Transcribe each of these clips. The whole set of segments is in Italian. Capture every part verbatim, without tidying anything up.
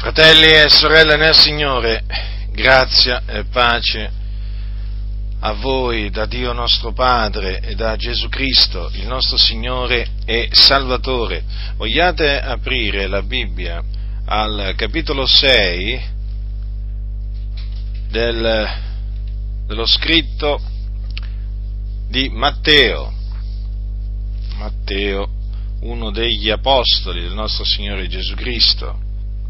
Fratelli e sorelle nel Signore, grazia e pace a voi da Dio nostro Padre e da Gesù Cristo, il nostro Signore e Salvatore. Vogliate aprire la Bibbia al capitolo sei del, dello scritto di Matteo, Matteo, uno degli apostoli del nostro Signore Gesù Cristo,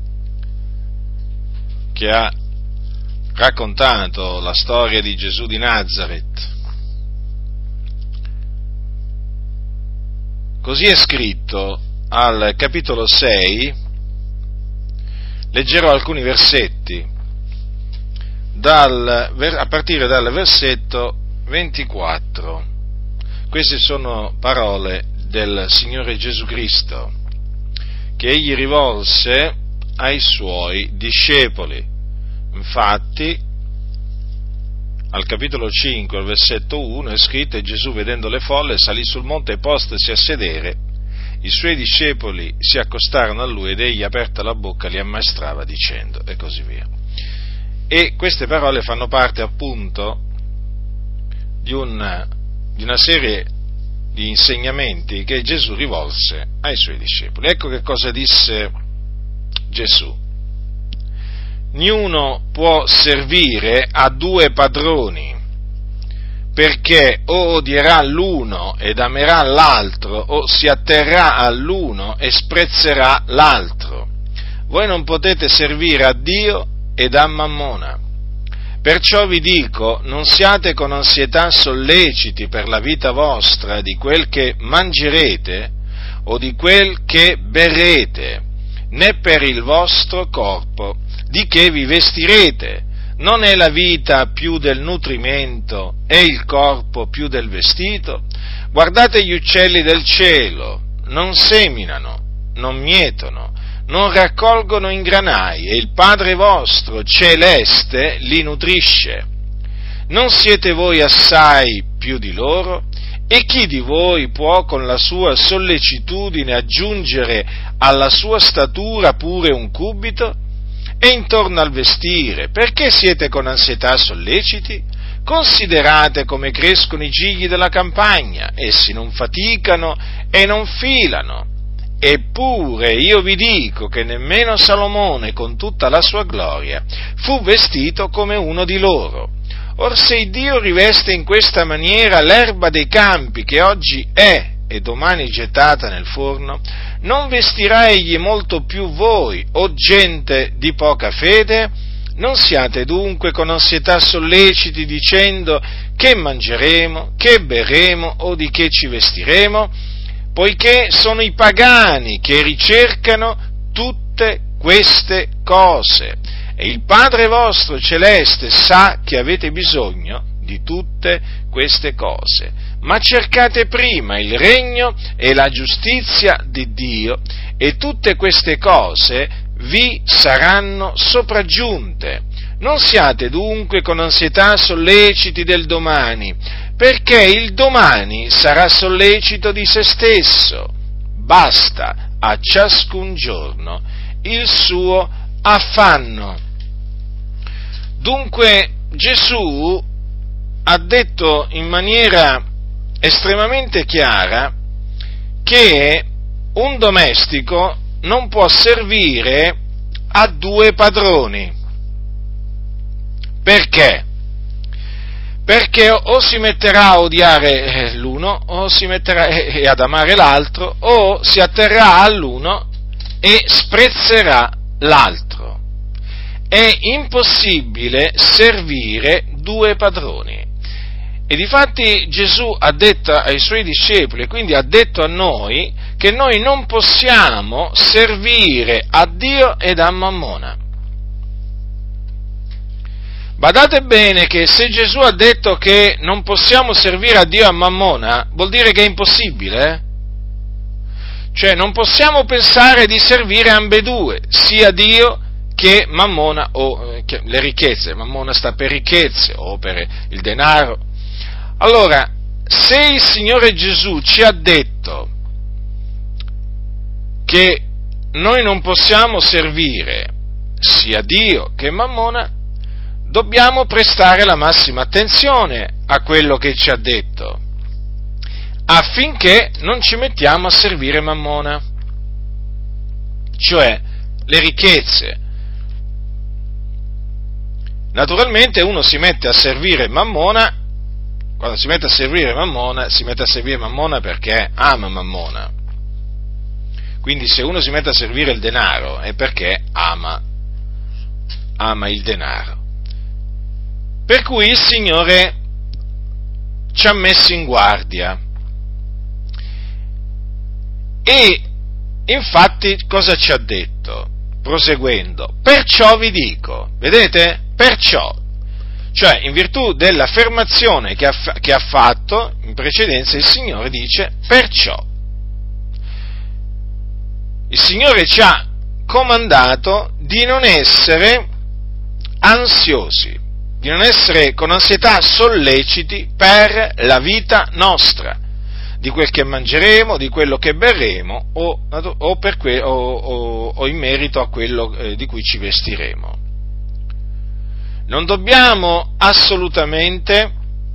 che ha raccontato la storia di Gesù di Nazaret. Così è scritto al capitolo sei, leggerò alcuni versetti, dal, a partire dal versetto ventiquattro. Queste sono parole del Signore Gesù Cristo, che egli rivolse ai suoi discepoli. Infatti, al capitolo cinque, al versetto uno, è scritto: e Gesù, vedendo le folle, salì sul monte e postasi a sedere. I suoi discepoli si accostarono a lui ed egli, aperta la bocca, li ammaestrava dicendo, e così via. E queste parole fanno parte appunto di una, di una serie di insegnamenti che Gesù rivolse ai suoi discepoli. Ecco che cosa disse Gesù: niuno può servire a due padroni, perché o odierà l'uno ed amerà l'altro, o si atterrà all'uno e sprezzerà l'altro. Voi non potete servire a Dio ed a Mammona. Perciò vi dico, non siate con ansietà solleciti per la vita vostra di quel che mangerete o di quel che berrete, né per il vostro corpo, di che vi vestirete. Non è la vita più del nutrimento e il corpo più del vestito? Guardate gli uccelli del cielo, non seminano, non mietono, non raccolgono in granai, e il Padre vostro celeste li nutrisce. Non siete voi assai più di loro? E chi di voi può con la sua sollecitudine aggiungere alla sua statura pure un cubito? E intorno al vestire, perché siete con ansietà solleciti? Considerate come crescono i gigli della campagna, essi non faticano e non filano. Eppure io vi dico che nemmeno Salomone, con tutta la sua gloria, fu vestito come uno di loro. Or se Dio riveste in questa maniera l'erba dei campi, che oggi è e domani gettata nel forno, non vestirà egli molto più voi, o gente di poca fede? Non siate dunque con ansietà solleciti dicendo: che mangeremo, che berremo o di che ci vestiremo? Poiché sono i pagani che ricercano tutte queste cose, e il Padre vostro celeste sa che avete bisogno di tutte queste cose. Ma cercate prima il regno e la giustizia di Dio, e tutte queste cose vi saranno sopraggiunte. Non siate dunque con ansietà solleciti del domani, perché il domani sarà sollecito di se stesso. Basta a ciascun giorno il suo affanno. Dunque Gesù ha detto in maniera estremamente chiara che un domestico non può servire a due padroni. Perché? Perché o si metterà a odiare l'uno o si metterà ad amare l'altro, o si atterrà all'uno e sprezzerà l'altro. È impossibile servire due padroni. E difatti Gesù ha detto ai suoi discepoli, e quindi ha detto a noi, che noi non possiamo servire a Dio ed a Mammona. Badate bene che se Gesù ha detto che non possiamo servire a Dio e a Mammona, vuol dire che è impossibile, eh? Cioè non possiamo pensare di servire ambedue, sia Dio che Mammona o eh, che le ricchezze. Mammona sta per ricchezze o per il denaro. Allora, se il Signore Gesù ci ha detto che noi non possiamo servire sia Dio che Mammona, dobbiamo prestare la massima attenzione a quello che ci ha detto, affinché non ci mettiamo a servire Mammona, cioè le ricchezze. Naturalmente uno si mette a servire Mammona, quando si mette a servire Mammona, si mette a servire Mammona perché ama Mammona. Quindi se uno si mette a servire il denaro è perché ama, ama il denaro. Per cui il Signore ci ha messo in guardia. E infatti cosa ci ha detto? Proseguendo, perciò vi dico, vedete? Perciò, cioè in virtù dell'affermazione che ha, che ha fatto in precedenza, il Signore dice perciò. Il Signore ci ha comandato di non essere ansiosi, di non essere con ansietà solleciti per la vita nostra, di quel che mangeremo, di quello che berremo o, o, per que, o, o, o in merito a quello eh, di cui ci vestiremo. Non dobbiamo assolutamente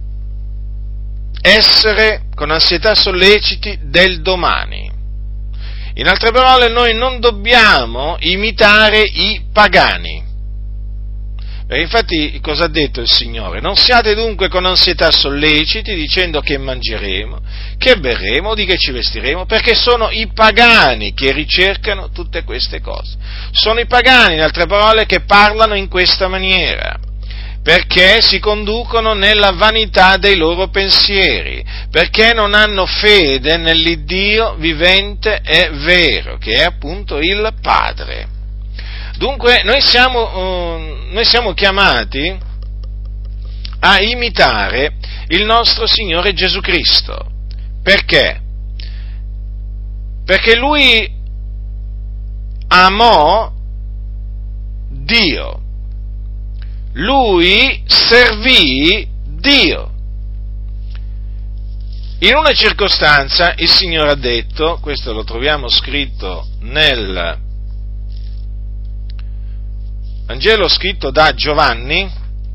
essere con ansietà solleciti del domani. In altre parole, noi non dobbiamo imitare i pagani. Perché infatti cosa ha detto il Signore? Non siate dunque con ansietà solleciti dicendo che mangeremo, che berremo, di che ci vestiremo, perché sono i pagani che ricercano tutte queste cose. Sono i pagani, in altre parole, che parlano in questa maniera, perché si conducono nella vanità dei loro pensieri, perché non hanno fede nell'Iddio vivente e vero, che è appunto il Padre. Dunque noi siamo, uh, noi siamo chiamati a imitare il nostro Signore Gesù Cristo. Perché? Perché Lui amò Dio. Lui servì Dio. In una circostanza il Signore ha detto, questo lo troviamo scritto nel Vangelo scritto da Giovanni,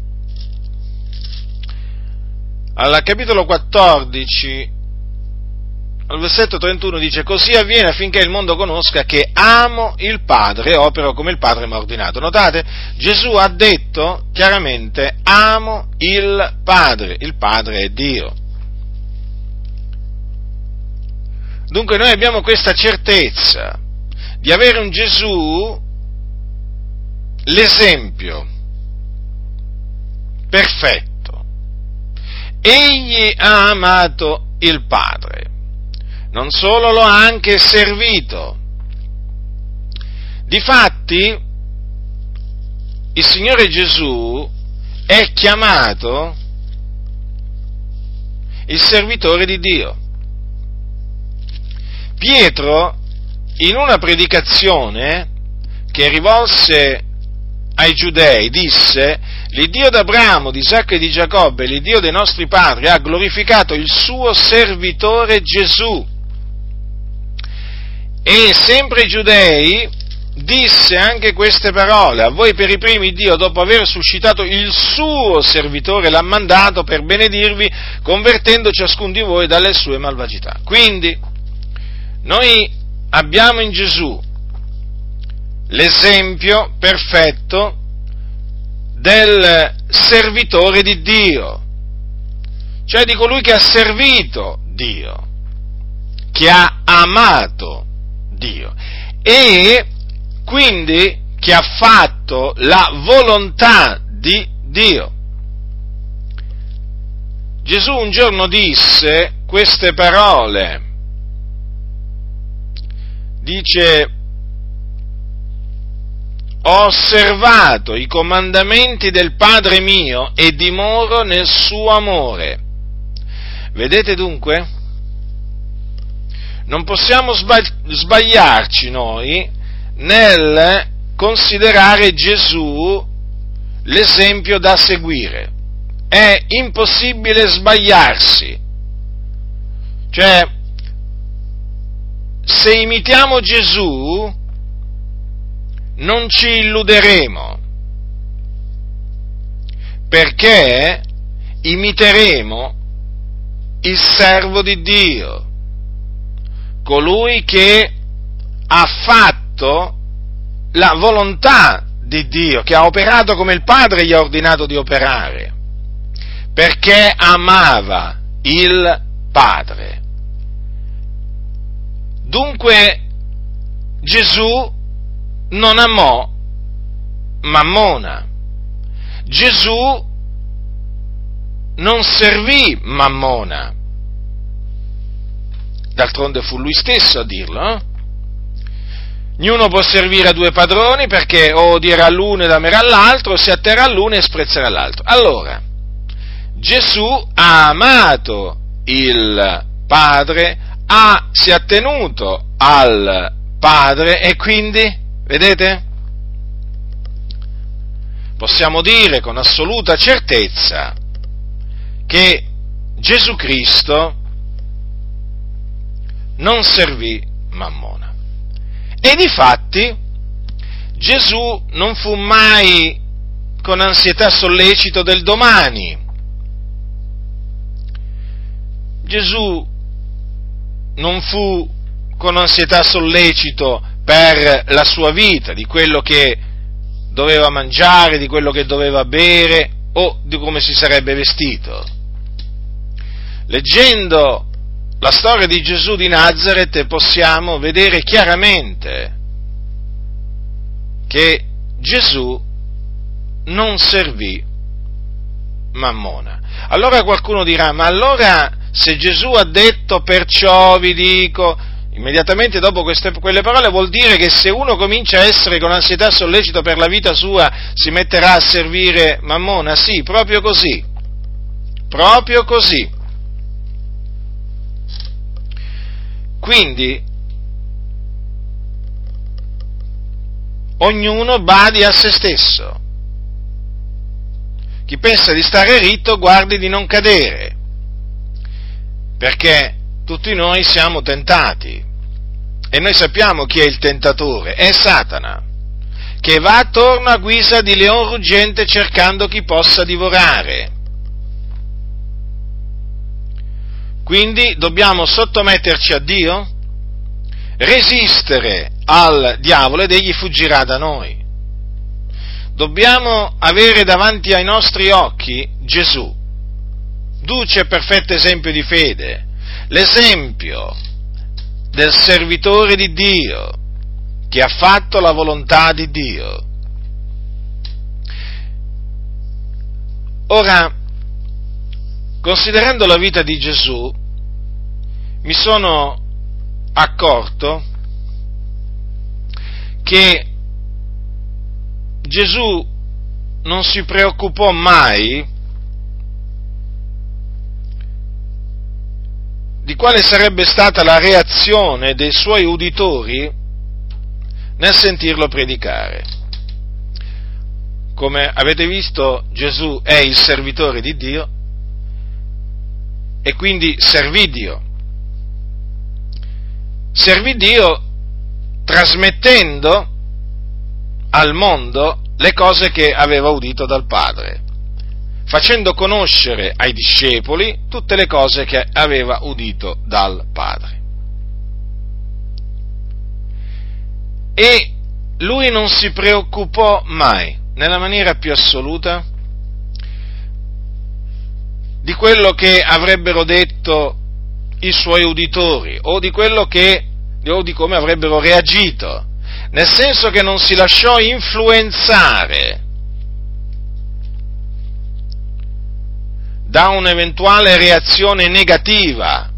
al capitolo quattordici, al versetto trentuno dice: così avviene affinché il mondo conosca che amo il Padre e opero come il Padre mi ha ordinato. Notate, Gesù ha detto chiaramente: amo il Padre, il Padre è Dio. Dunque noi abbiamo questa certezza di avere un Gesù, l'esempio perfetto. Egli ha amato il Padre, non solo lo ha anche servito. Difatti, il Signore Gesù è chiamato il servitore di Dio. Pietro, in una predicazione che rivolse ai giudei, disse: l'Iddio d'Abramo, di Isacco e di Giacobbe, l'Iddio dei nostri padri, ha glorificato il suo servitore Gesù. E sempre ai giudei disse anche queste parole: a voi per i primi Dio, dopo aver suscitato il suo servitore, l'ha mandato per benedirvi, convertendo ciascun di voi dalle sue malvagità. Quindi, noi abbiamo in Gesù l'esempio perfetto del servitore di Dio, cioè di colui che ha servito Dio, che ha amato Dio e quindi che ha fatto la volontà di Dio. Gesù un giorno disse queste parole, dice: ho osservato i comandamenti del Padre mio e dimoro nel suo amore. Vedete dunque? Non possiamo sbagliarci noi nel considerare Gesù l'esempio da seguire. È impossibile sbagliarsi. Cioè, se imitiamo Gesù, non ci illuderemo, perché imiteremo il servo di Dio, colui che ha fatto la volontà di Dio, che ha operato come il Padre gli ha ordinato di operare, perché amava il Padre. Dunque Gesù non amò Mammona, Gesù non servì Mammona, d'altronde fu lui stesso a dirlo, eh? Ognuno può servire a due padroni, perché o odierà l'uno ed amerà l'altro, o si atterrà all'uno e sprezzerà l'altro. Allora, Gesù ha amato il Padre, ha, si è attenuto al Padre e quindi, vedete, possiamo dire con assoluta certezza che Gesù Cristo non servì Mammona. E difatti Gesù non fu mai con ansietà sollecito del domani. Gesù non fu con ansietà sollecito per la sua vita, di quello che doveva mangiare, di quello che doveva bere o di come si sarebbe vestito. Leggendo la storia di Gesù di Nazaret possiamo vedere chiaramente che Gesù non servì Mammona. Allora qualcuno dirà, ma allora se Gesù ha detto perciò vi dico, immediatamente dopo queste, quelle parole vuol dire che se uno comincia a essere con ansietà sollecito per la vita sua si metterà a servire Mammona? Sì, proprio così, proprio così. Quindi, ognuno badi a se stesso. Chi pensa di stare ritto, guardi di non cadere, perché tutti noi siamo tentati, e noi sappiamo chi è il tentatore, è Satana, che va attorno a guisa di leon ruggente cercando chi possa divorare. Quindi dobbiamo sottometterci a Dio, resistere al diavolo ed egli fuggirà da noi. Dobbiamo avere davanti ai nostri occhi Gesù, duce e perfetto esempio di fede, l'esempio del servitore di Dio, che ha fatto la volontà di Dio. Ora, considerando la vita di Gesù, mi sono accorto che Gesù non si preoccupò mai di quale sarebbe stata la reazione dei suoi uditori nel sentirlo predicare. Come avete visto, Gesù è il servitore di Dio e quindi servì Dio. Servì Dio trasmettendo al mondo le cose che aveva udito dal Padre, facendo conoscere ai discepoli tutte le cose che aveva udito dal Padre. E lui non si preoccupò mai, nella maniera più assoluta, di quello che avrebbero detto i suoi uditori, o di quello che, o di come avrebbero reagito, nel senso che non si lasciò influenzare da un'eventuale reazione negativa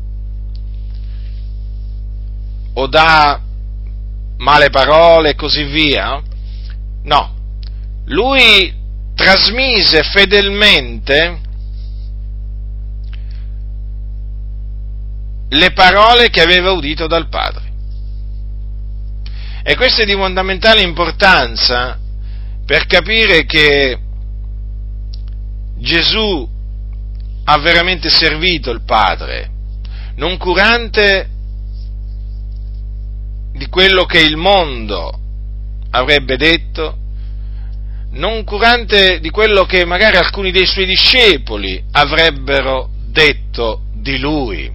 o da male parole e così via. No, lui trasmise fedelmente le parole che aveva udito dal Padre. E questo è di fondamentale importanza per capire che Gesù ha veramente servito il Padre, non curante di quello che il mondo avrebbe detto, non curante di quello che magari alcuni dei suoi discepoli avrebbero detto di lui.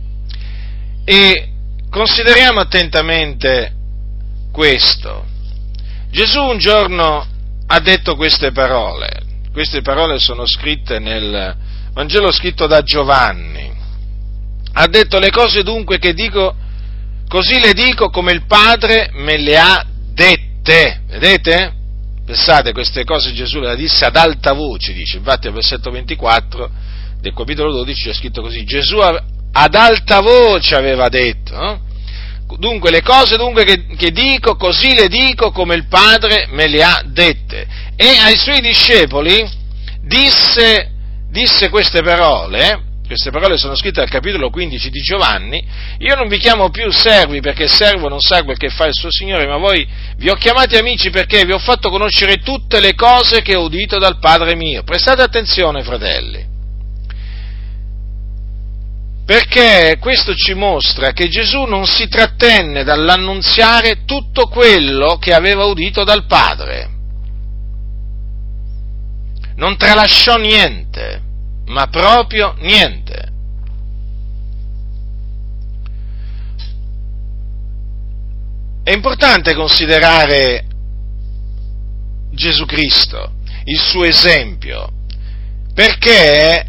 E consideriamo attentamente questo. Gesù un giorno ha detto queste parole. Queste parole sono scritte nel Vangelo scritto da Giovanni. Ha detto: le cose dunque che dico, così le dico come il Padre me le ha dette. Vedete? Pensate, queste cose Gesù le disse ad alta voce, dice. Infatti al versetto ventiquattro del capitolo dodici c'è scritto così: Gesù ad alta voce aveva detto, no? Dunque, le cose dunque che, che dico, così le dico come il Padre me le ha dette. E ai suoi discepoli disse, disse queste parole, queste parole sono scritte al capitolo quindici di Giovanni: io non vi chiamo più servi, perché il servo non sa quel che fa il suo Signore, ma voi vi ho chiamati amici, perché vi ho fatto conoscere tutte le cose che ho udito dal Padre mio. Prestate attenzione, fratelli, perché questo ci mostra che Gesù non si trattenne dall'annunziare tutto quello che aveva udito dal Padre. Non tralasciò niente, ma proprio niente. È importante considerare Gesù Cristo, il suo esempio, perché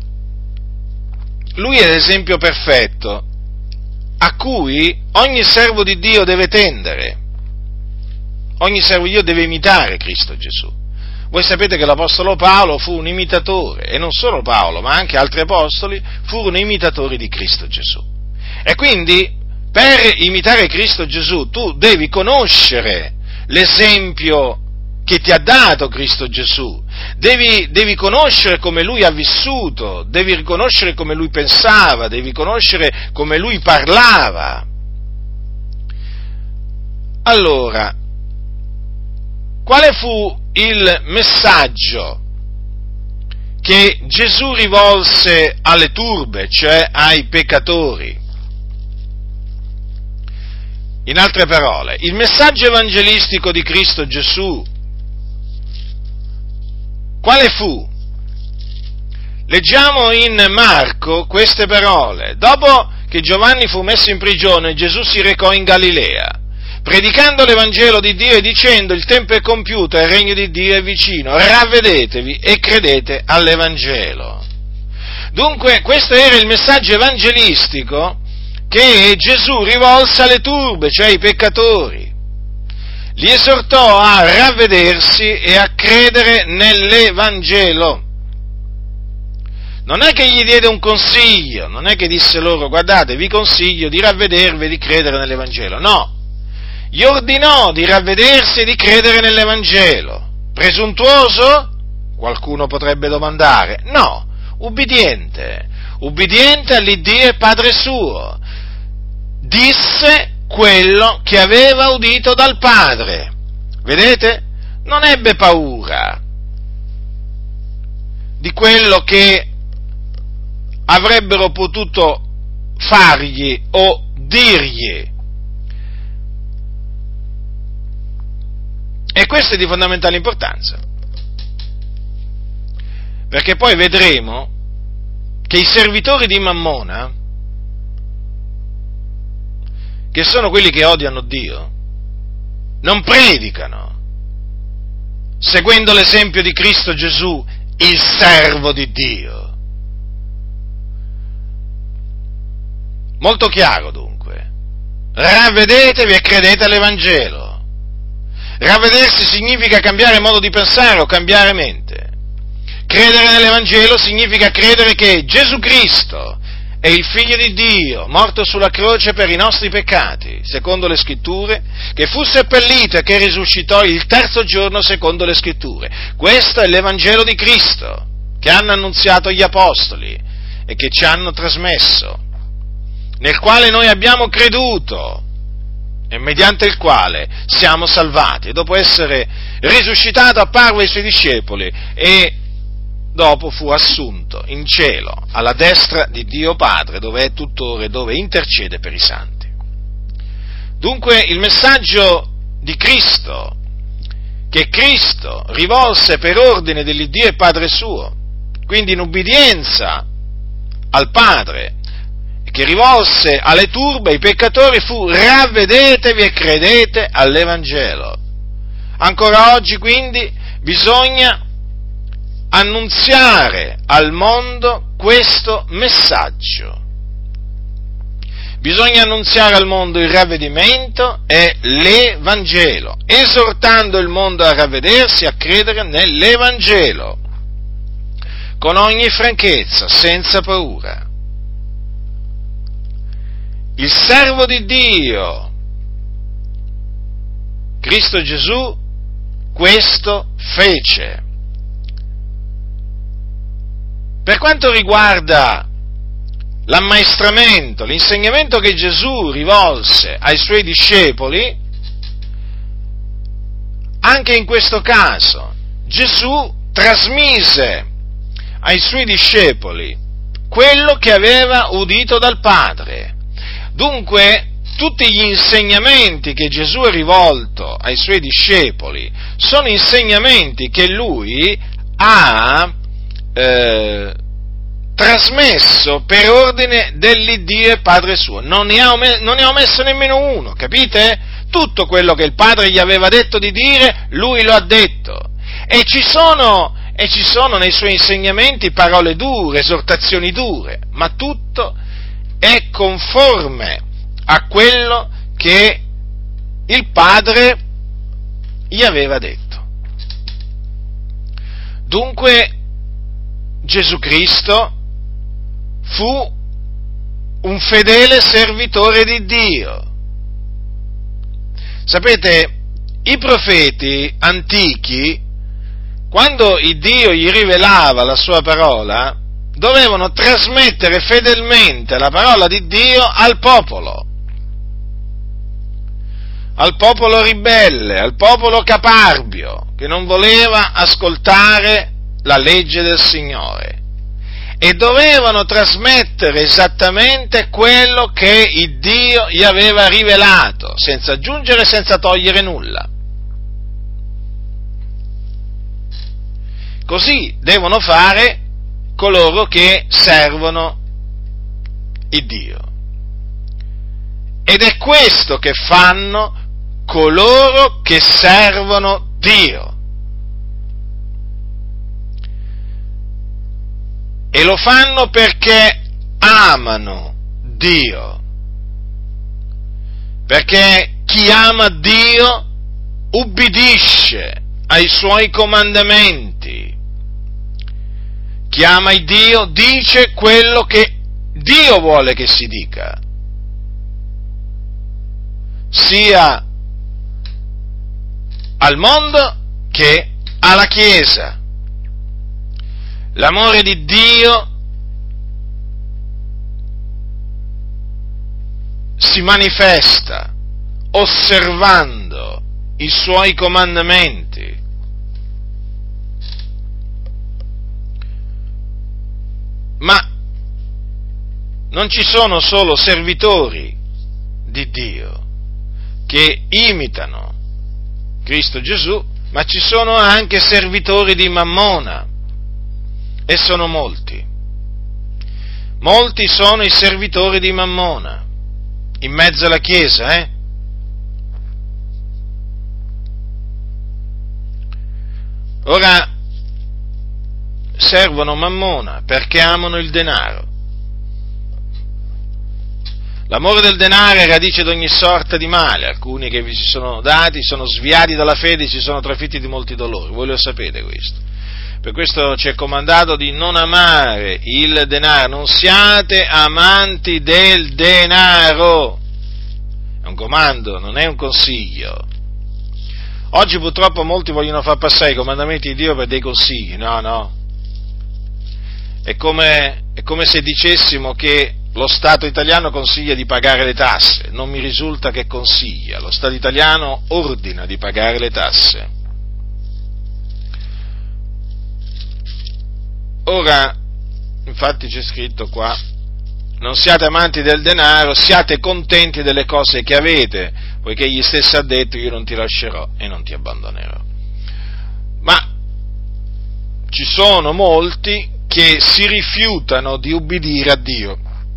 Lui è l'esempio perfetto a cui ogni servo di Dio deve tendere. Ogni servo di Dio deve imitare Cristo Gesù. Voi sapete che l'Apostolo Paolo fu un imitatore, e non solo Paolo, ma anche altri apostoli furono imitatori di Cristo Gesù. E quindi, per imitare Cristo Gesù, tu devi conoscere l'esempio che ti ha dato Cristo Gesù, devi, devi conoscere come Lui ha vissuto, devi riconoscere come Lui pensava, devi conoscere come Lui parlava. Allora, quale fu il messaggio che Gesù rivolse alle turbe, cioè ai peccatori? In altre parole, il messaggio evangelistico di Cristo Gesù quale fu? Leggiamo in Marco queste parole: dopo che Giovanni fu messo in prigione, Gesù si recò in Galilea, predicando l'Evangelo di Dio e dicendo: il tempo è compiuto e il regno di Dio è vicino, ravvedetevi e credete all'Evangelo. Dunque, questo era il messaggio evangelistico che Gesù rivolse alle turbe, cioè ai peccatori. Li esortò a ravvedersi e a credere nell'Evangelo. Non è che gli diede un consiglio, non è che disse loro: guardate, vi consiglio di ravvedervi e di credere nell'Evangelo. No, gli ordinò di ravvedersi e di credere nell'Evangelo. Presuntuoso? Qualcuno potrebbe domandare. No, ubbidiente, ubbidiente all'Iddio e Padre suo. Disse quello che aveva udito dal Padre. Vedete? Non ebbe paura di quello che avrebbero potuto fargli o dirgli. E questo è di fondamentale importanza, perché poi vedremo che i servitori di Mammona, che sono quelli che odiano Dio, non predicano seguendo l'esempio di Cristo Gesù, il servo di Dio. Molto chiaro dunque: ravvedetevi e credete all'Evangelo. Ravvedersi significa cambiare modo di pensare o cambiare mente. Credere nell'Evangelo significa credere che Gesù Cristo è il Figlio di Dio, morto sulla croce per i nostri peccati, secondo le Scritture, che fu seppellito e che risuscitò il terzo giorno, secondo le Scritture. Questo è l'Evangelo di Cristo, che hanno annunziato gli Apostoli e che ci hanno trasmesso, nel quale noi abbiamo creduto e mediante il quale siamo salvati. E dopo essere risuscitato apparve ai suoi discepoli e dopo fu assunto in cielo alla destra di Dio Padre, dove è tuttora e dove intercede per i santi. Dunque il messaggio di Cristo che Cristo rivolse per ordine dell'Iddio e Padre suo, quindi in ubbidienza al Padre, che rivolse alle turbe, ai peccatori, fu: ravvedetevi e credete all'Evangelo. Ancora oggi quindi bisogna annunziare al mondo questo messaggio. Bisogna annunziare al mondo il ravvedimento e l'Evangelo, esortando il mondo a ravvedersi, a credere nell'Evangelo, con ogni franchezza, senza paura. Il servo di Dio, Cristo Gesù, questo fece. Per quanto riguarda l'ammaestramento, l'insegnamento che Gesù rivolse ai suoi discepoli, anche in questo caso Gesù trasmise ai suoi discepoli quello che aveva udito dal Padre. Dunque, tutti gli insegnamenti che Gesù ha rivolto ai suoi discepoli sono insegnamenti che lui ha eh, trasmesso per ordine dell'Iddio e Padre suo. Non ne, ha omesso, non ne ha omesso nemmeno uno, capite? Tutto quello che il Padre gli aveva detto di dire, lui lo ha detto. E ci sono, e ci sono nei suoi insegnamenti parole dure, esortazioni dure, ma tutto è conforme a quello che il Padre gli aveva detto. Dunque Gesù Cristo fu un fedele servitore di Dio. Sapete, i profeti antichi, quando il Dio gli rivelava la sua parola, dovevano trasmettere fedelmente la parola di Dio al popolo, al popolo ribelle, al popolo caparbio, che non voleva ascoltare la legge del Signore. E dovevano trasmettere esattamente quello che il Dio gli aveva rivelato, senza aggiungere, senza togliere nulla. Così devono fare coloro che servono il Dio. Ed è questo che fanno coloro che servono Dio. E lo fanno perché amano Dio. Perché chi ama Dio ubbidisce ai suoi comandamenti. Chi ama il Dio dice quello che Dio vuole che si dica, sia al mondo che alla Chiesa. L'amore di Dio si manifesta osservando i suoi comandamenti. Ma non ci sono solo servitori di Dio che imitano Cristo Gesù, ma ci sono anche servitori di Mammona, e sono molti. Molti sono i servitori di Mammona, in mezzo alla Chiesa, eh? Ora, servono Mammona perché amano il denaro. L'amore del denaro è radice di ogni sorta di male. Alcuni che vi si sono dati sono sviati dalla fede, si sono trafitti di molti dolori. Voi lo sapete questo. Per questo ci è comandato di non amare il denaro. Non siate amanti del denaro. È un comando, non è un consiglio. Oggi purtroppo molti vogliono far passare i comandamenti di Dio per dei consigli. No, no. È come, è come se dicessimo che lo Stato italiano consiglia di pagare le tasse. Non mi risulta che consiglia. Lo Stato italiano ordina di pagare le tasse. Ora, infatti c'è scritto qua, non siate amanti del denaro, siate contenti delle cose che avete, poiché egli stesso ha detto: io non ti lascerò e non ti abbandonerò. ci sono molti che si rifiutano di ubbidire a Dio.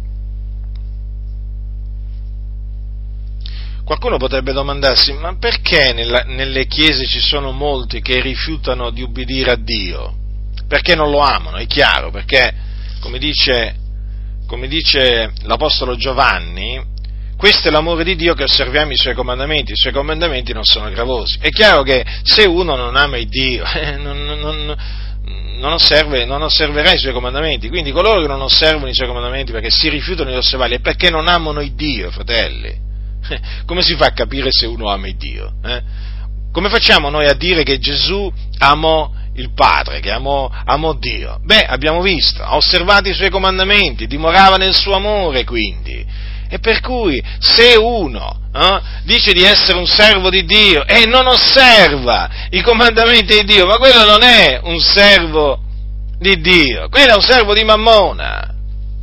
Qualcuno potrebbe domandarsi, ma perché nella, nelle chiese ci sono molti che rifiutano di ubbidire a Dio? Perché non lo amano, è chiaro, perché, come dice, come dice l'Apostolo Giovanni, questo è l'amore di Dio, che osserviamo i Suoi comandamenti, i Suoi comandamenti non sono gravosi. È chiaro che se uno non ama il Dio, eh, non, non, non, osserve, non osserverà i Suoi comandamenti, quindi coloro che non osservano i Suoi comandamenti perché si rifiutano di osservarli è perché non amano il Dio, fratelli. Come si fa a capire se uno ama il Dio? Eh? Come facciamo noi a dire che Gesù amò il Padre, che amò, amò Dio? Beh, abbiamo visto, ha osservato i Suoi comandamenti, dimorava nel suo amore, quindi. E per cui, se uno eh, dice di essere un servo di Dio e non osserva i comandamenti di Dio, ma quello non è un servo di Dio, quello è un servo di Mammona.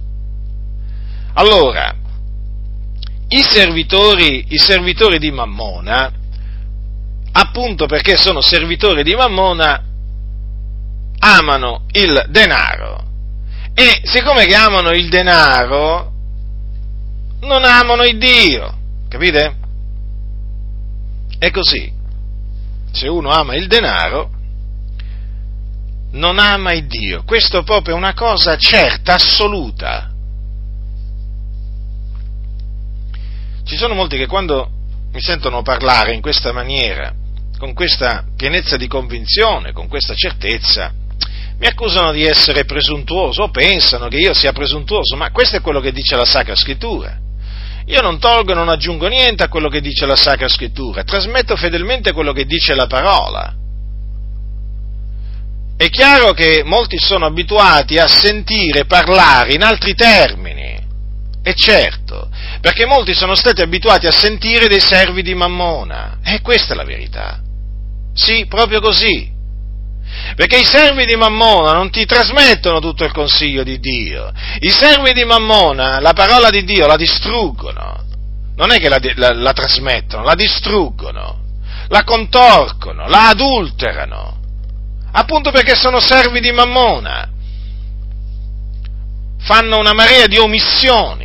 Allora, I servitori, i servitori di Mammona, appunto perché sono servitori di Mammona, amano il denaro. E siccome che amano il denaro, non amano il Dio, capite? È così. Se uno ama il denaro, non ama il Dio. Questo proprio è una cosa certa, assoluta. Ci sono molti che quando mi sentono parlare in questa maniera, con questa pienezza di convinzione, con questa certezza, mi accusano di essere presuntuoso, o pensano che io sia presuntuoso, ma questo è quello che dice la Sacra Scrittura. Io non tolgo, non aggiungo niente a quello che dice la Sacra Scrittura, trasmetto fedelmente quello che dice la parola. È chiaro che molti sono abituati a sentire parlare in altri termini. E certo, perché molti sono stati abituati a sentire dei servi di Mammona, e questa è la verità. Sì, proprio così. Perché i servi di Mammona non ti trasmettono tutto il consiglio di Dio. I servi di Mammona la parola di Dio la distruggono. Non è che la, la, la trasmettono, la distruggono, la contorcono, la adulterano. Appunto perché sono servi di Mammona. Fanno una marea di omissioni.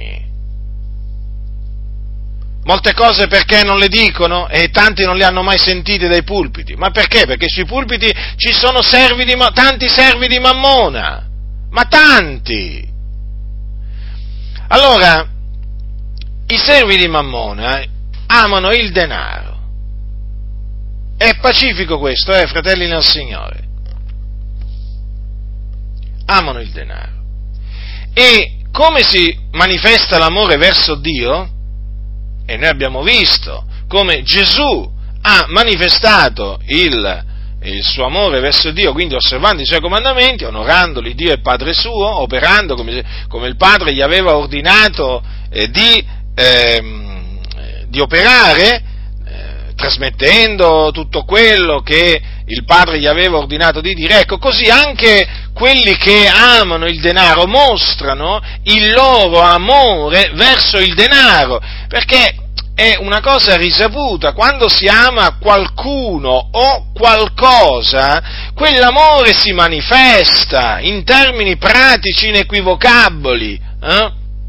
Molte cose perché non le dicono e tanti non le hanno mai sentite dai pulpiti. Ma perché? Perché sui pulpiti ci sono servi di, tanti servi di Mammona. Ma tanti! Allora, i servi di Mammona amano il denaro. È pacifico questo, eh, fratelli nel Signore. Amano il denaro. E come si manifesta l'amore verso Dio? E noi abbiamo visto come Gesù ha manifestato il, il suo amore verso Dio, quindi osservando i Suoi comandamenti, onorandoli Dio e Padre suo, operando come, come il Padre gli aveva ordinato eh, di, eh, di operare, eh, trasmettendo tutto quello che il Padre gli aveva ordinato di dire. Ecco, così anche quelli che amano il denaro mostrano il loro amore verso il denaro, perché è una cosa risaputa, quando si ama qualcuno o qualcosa, quell'amore si manifesta in termini pratici inequivocabili, eh?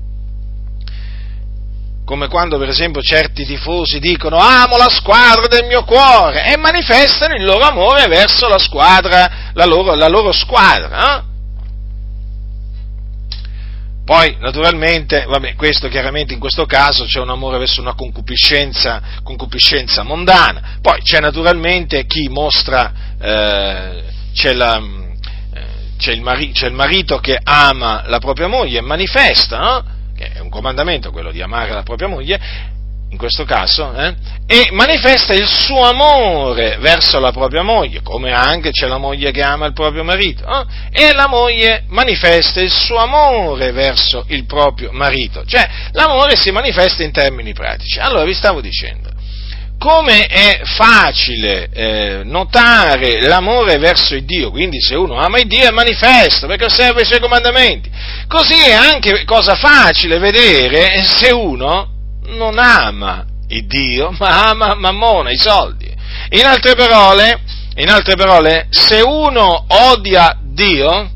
Come quando per esempio certi tifosi dicono amo la squadra del mio cuore e manifestano il loro amore verso la squadra, la loro, la loro squadra. Eh? Poi naturalmente, vabbè, questo chiaramente in questo caso c'è un amore verso una concupiscenza, concupiscenza mondana. Poi c'è naturalmente chi mostra, eh, c'è, la, eh, c'è, il mari, c'è il marito che ama la propria moglie e manifesta, no? Che è un comandamento quello di amare la propria moglie, in questo caso, eh, e manifesta il suo amore verso la propria moglie, come anche c'è la moglie che ama il proprio marito, eh, e la moglie manifesta il suo amore verso il proprio marito, cioè l'amore si manifesta in termini pratici. Allora vi stavo dicendo, come è facile eh, notare l'amore verso il Dio, quindi se uno ama il Dio è manifesto, perché osserva i Suoi comandamenti, così è anche cosa facile vedere se uno non ama il Dio, ma ama Mammona, i soldi. In altre parole, In altre parole, se uno odia Dio,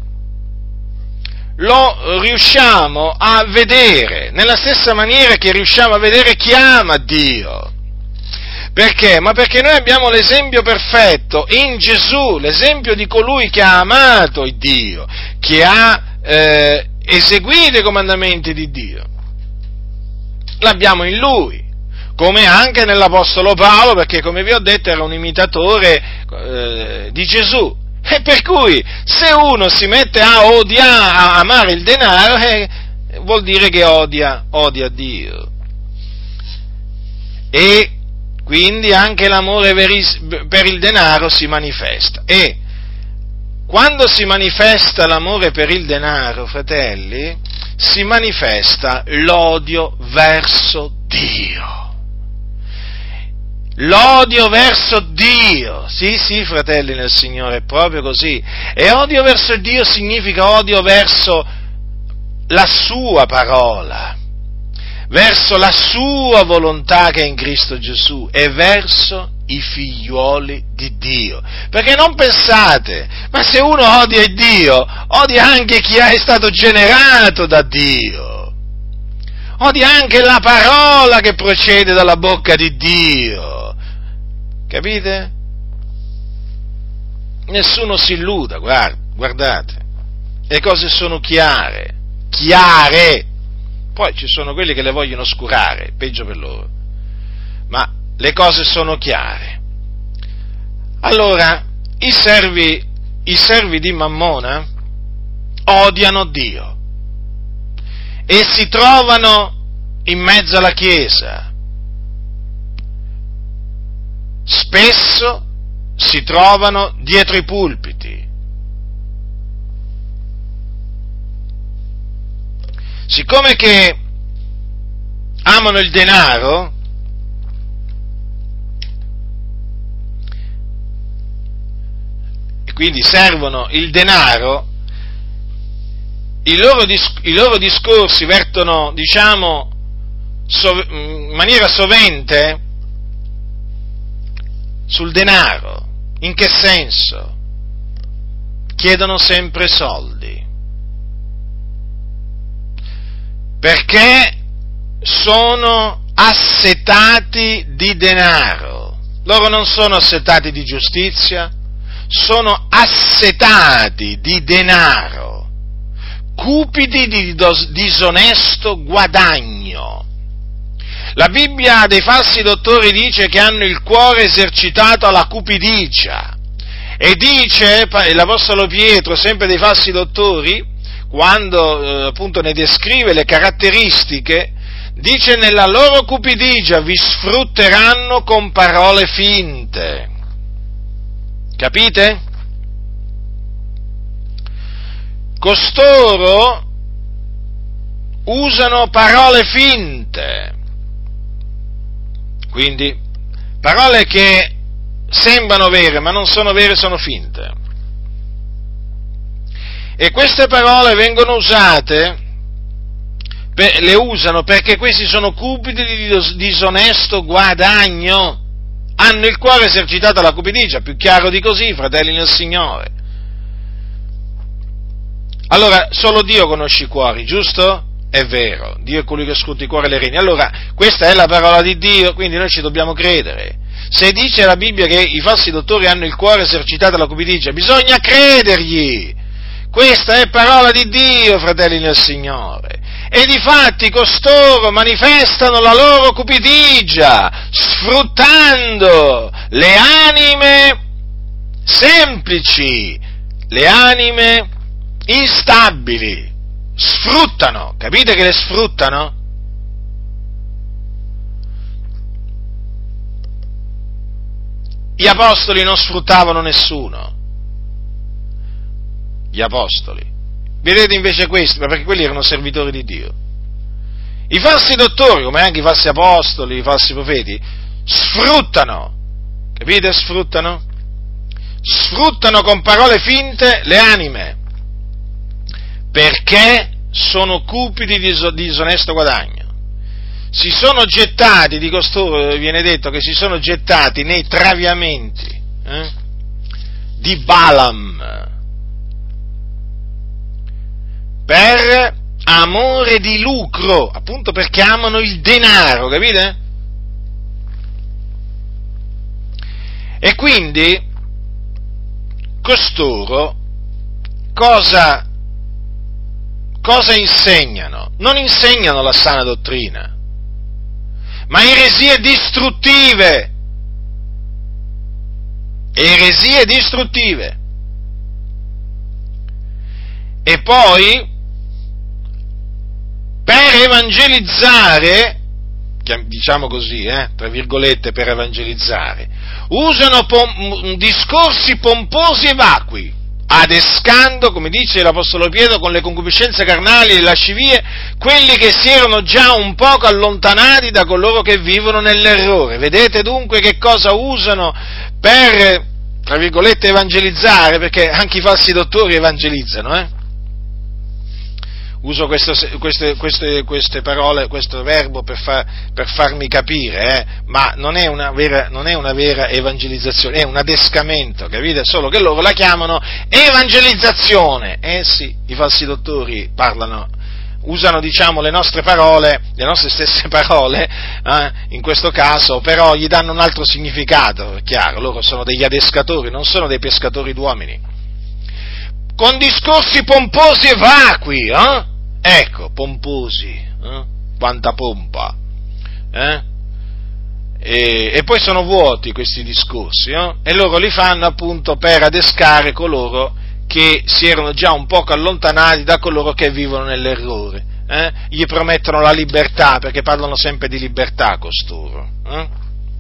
lo riusciamo a vedere nella stessa maniera che riusciamo a vedere chi ama Dio. Perché? Ma perché noi abbiamo l'esempio perfetto in Gesù, l'esempio di colui che ha amato il Dio, che ha eh, eseguito i comandamenti di Dio. L'abbiamo in Lui, come anche nell'Apostolo Paolo, perché come vi ho detto era un imitatore eh, di Gesù. E per cui se uno si mette a odiare, a amare il denaro, eh, vuol dire che odia, odia Dio. E quindi anche l'amore per il denaro si manifesta. E quando si manifesta l'amore per il denaro, fratelli, si manifesta l'odio verso Dio. L'odio verso Dio, sì sì fratelli nel Signore, è proprio così. E odio verso Dio significa odio verso la sua parola, verso la sua volontà che è in Cristo Gesù e verso i figliuoli di Dio. Perché non pensate, ma se uno odia Dio, odia anche chi è stato generato da Dio, odia anche la parola che procede dalla bocca di Dio. Capite? Nessuno si illuda, guarda, guardate, le cose sono chiare, chiare, poi ci sono quelli che le vogliono oscurare, peggio per loro, ma le cose sono chiare. Allora, i servi, i servi di Mammona odiano Dio e si trovano in mezzo alla Chiesa. Spesso si trovano dietro i pulpiti. Siccome che amano il denaro, e quindi servono il denaro, i loro, dis- i loro discorsi vertono, diciamo, sov- in maniera sovente sul denaro. In che senso? Chiedono sempre soldi. Perché sono assetati di denaro. Loro non sono assetati di giustizia, sono assetati di denaro, cupidi di disonesto guadagno. La Bibbia dei falsi dottori dice che hanno il cuore esercitato alla cupidigia, e dice l'Apostolo Pietro, sempre dei falsi dottori, quando eh, appunto ne descrive le caratteristiche, dice: nella loro cupidigia vi sfrutteranno con parole finte. Capite? Costoro usano parole finte. Quindi, parole che sembrano vere, ma non sono vere, sono finte. E queste parole vengono usate, per, le usano perché questi sono cupidi di disonesto guadagno. Hanno il cuore esercitato alla cupidigia, più chiaro di così, fratelli nel Signore. Allora, solo Dio conosce i cuori, giusto? È vero, Dio è colui che scruta i cuori e le reni. Allora, questa è la parola di Dio, quindi noi ci dobbiamo credere. Se dice la Bibbia che i falsi dottori hanno il cuore esercitato alla cupidigia, bisogna credergli. Questa è parola di Dio, fratelli nel Signore. E difatti costoro manifestano la loro cupidigia, sfruttando le anime semplici, le anime instabili. Sfruttano, capite che le sfruttano? Gli apostoli non sfruttavano nessuno. Gli apostoli. Vedete invece questi, perché quelli erano servitori di Dio. I falsi dottori, come anche i falsi apostoli, i falsi profeti, sfruttano, capite? Sfruttano? Sfruttano con parole finte le anime, perché sono cupidi di disonesto guadagno. Si sono gettati, di costoro viene detto che si sono gettati nei traviamenti, eh? di Balaam, per amore di lucro, appunto perché amano il denaro, capite? E quindi costoro cosa, cosa insegnano? Non insegnano la sana dottrina, ma eresie distruttive, eresie distruttive. E poi, per evangelizzare, diciamo così, eh, tra virgolette, per evangelizzare, usano pom- discorsi pomposi e vacui, adescando, come dice l'Apostolo Pietro, con le concupiscenze carnali e le lascivie, quelli che si erano già un poco allontanati da coloro che vivono nell'errore. Vedete dunque che cosa usano per, tra virgolette, evangelizzare, perché anche i falsi dottori evangelizzano, eh? Uso questo, queste, queste, queste parole, questo verbo per, far, per farmi capire, eh? Ma non è, una vera, non è una vera evangelizzazione, è un adescamento, capite? Solo che loro la chiamano evangelizzazione. Eh sì, i falsi dottori parlano, usano, diciamo, le nostre parole, le nostre stesse parole, eh? In questo caso, però gli danno un altro significato, è chiaro, loro sono degli adescatori, non sono dei pescatori d'uomini. Con discorsi pomposi e vacui, eh? Ecco, pomposi, eh? Quanta pompa, eh? E, e poi sono vuoti questi discorsi, eh? E loro li fanno appunto per adescare coloro che si erano già un poco allontanati da coloro che vivono nell'errore, eh? Gli promettono la libertà, perché parlano sempre di libertà costoro, eh?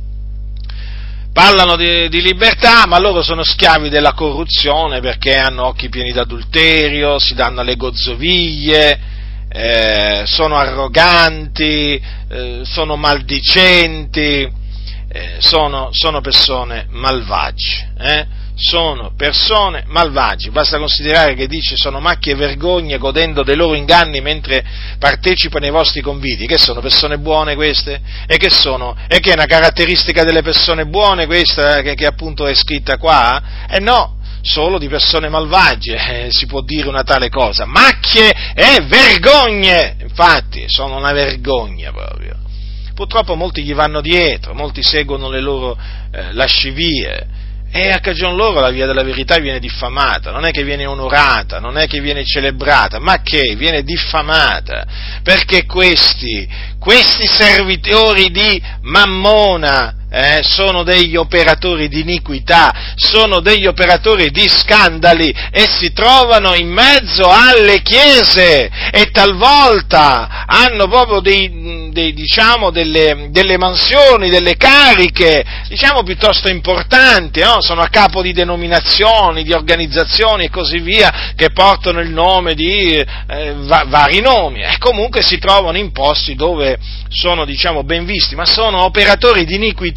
Parlano di, di libertà, ma loro sono schiavi della corruzione, perché hanno occhi pieni d'adulterio, si danno alle gozzoviglie, eh, sono arroganti, eh, sono maldicenti, eh, sono, sono persone malvagie, eh? Sono persone malvagie. Basta considerare che dice sono macchie e vergogne, godendo dei loro inganni mentre partecipano ai vostri conviti. Che sono persone buone queste? E che sono? E che è una caratteristica delle persone buone questa, che, che appunto è scritta qua? Eh no, solo di persone malvagie, eh, si può dire una tale cosa. Macchie e vergogne! Infatti, sono una vergogna proprio. Purtroppo molti gli vanno dietro, molti seguono le loro eh, lascivie. E a cagion loro la via della verità viene diffamata, non è che viene onorata, non è che viene celebrata, ma che viene diffamata, perché questi, questi servitori di Mammona, eh, sono degli operatori di iniquità, sono degli operatori di scandali e si trovano in mezzo alle chiese e talvolta hanno proprio dei, dei diciamo delle, delle mansioni, delle cariche, diciamo piuttosto importanti, no? Sono a capo di denominazioni, di organizzazioni e così via, che portano il nome di eh, va, vari nomi, e comunque si trovano in posti dove sono, diciamo, ben visti, ma sono operatori di iniquità.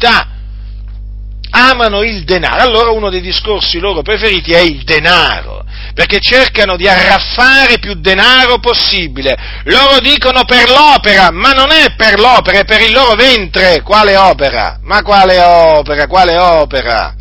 Amano il denaro. Allora uno dei discorsi loro preferiti è il denaro, perché cercano di arraffare più denaro possibile. Loro dicono per l'opera, ma non è per l'opera, è per il loro ventre. Quale opera? Ma quale opera? Quale opera?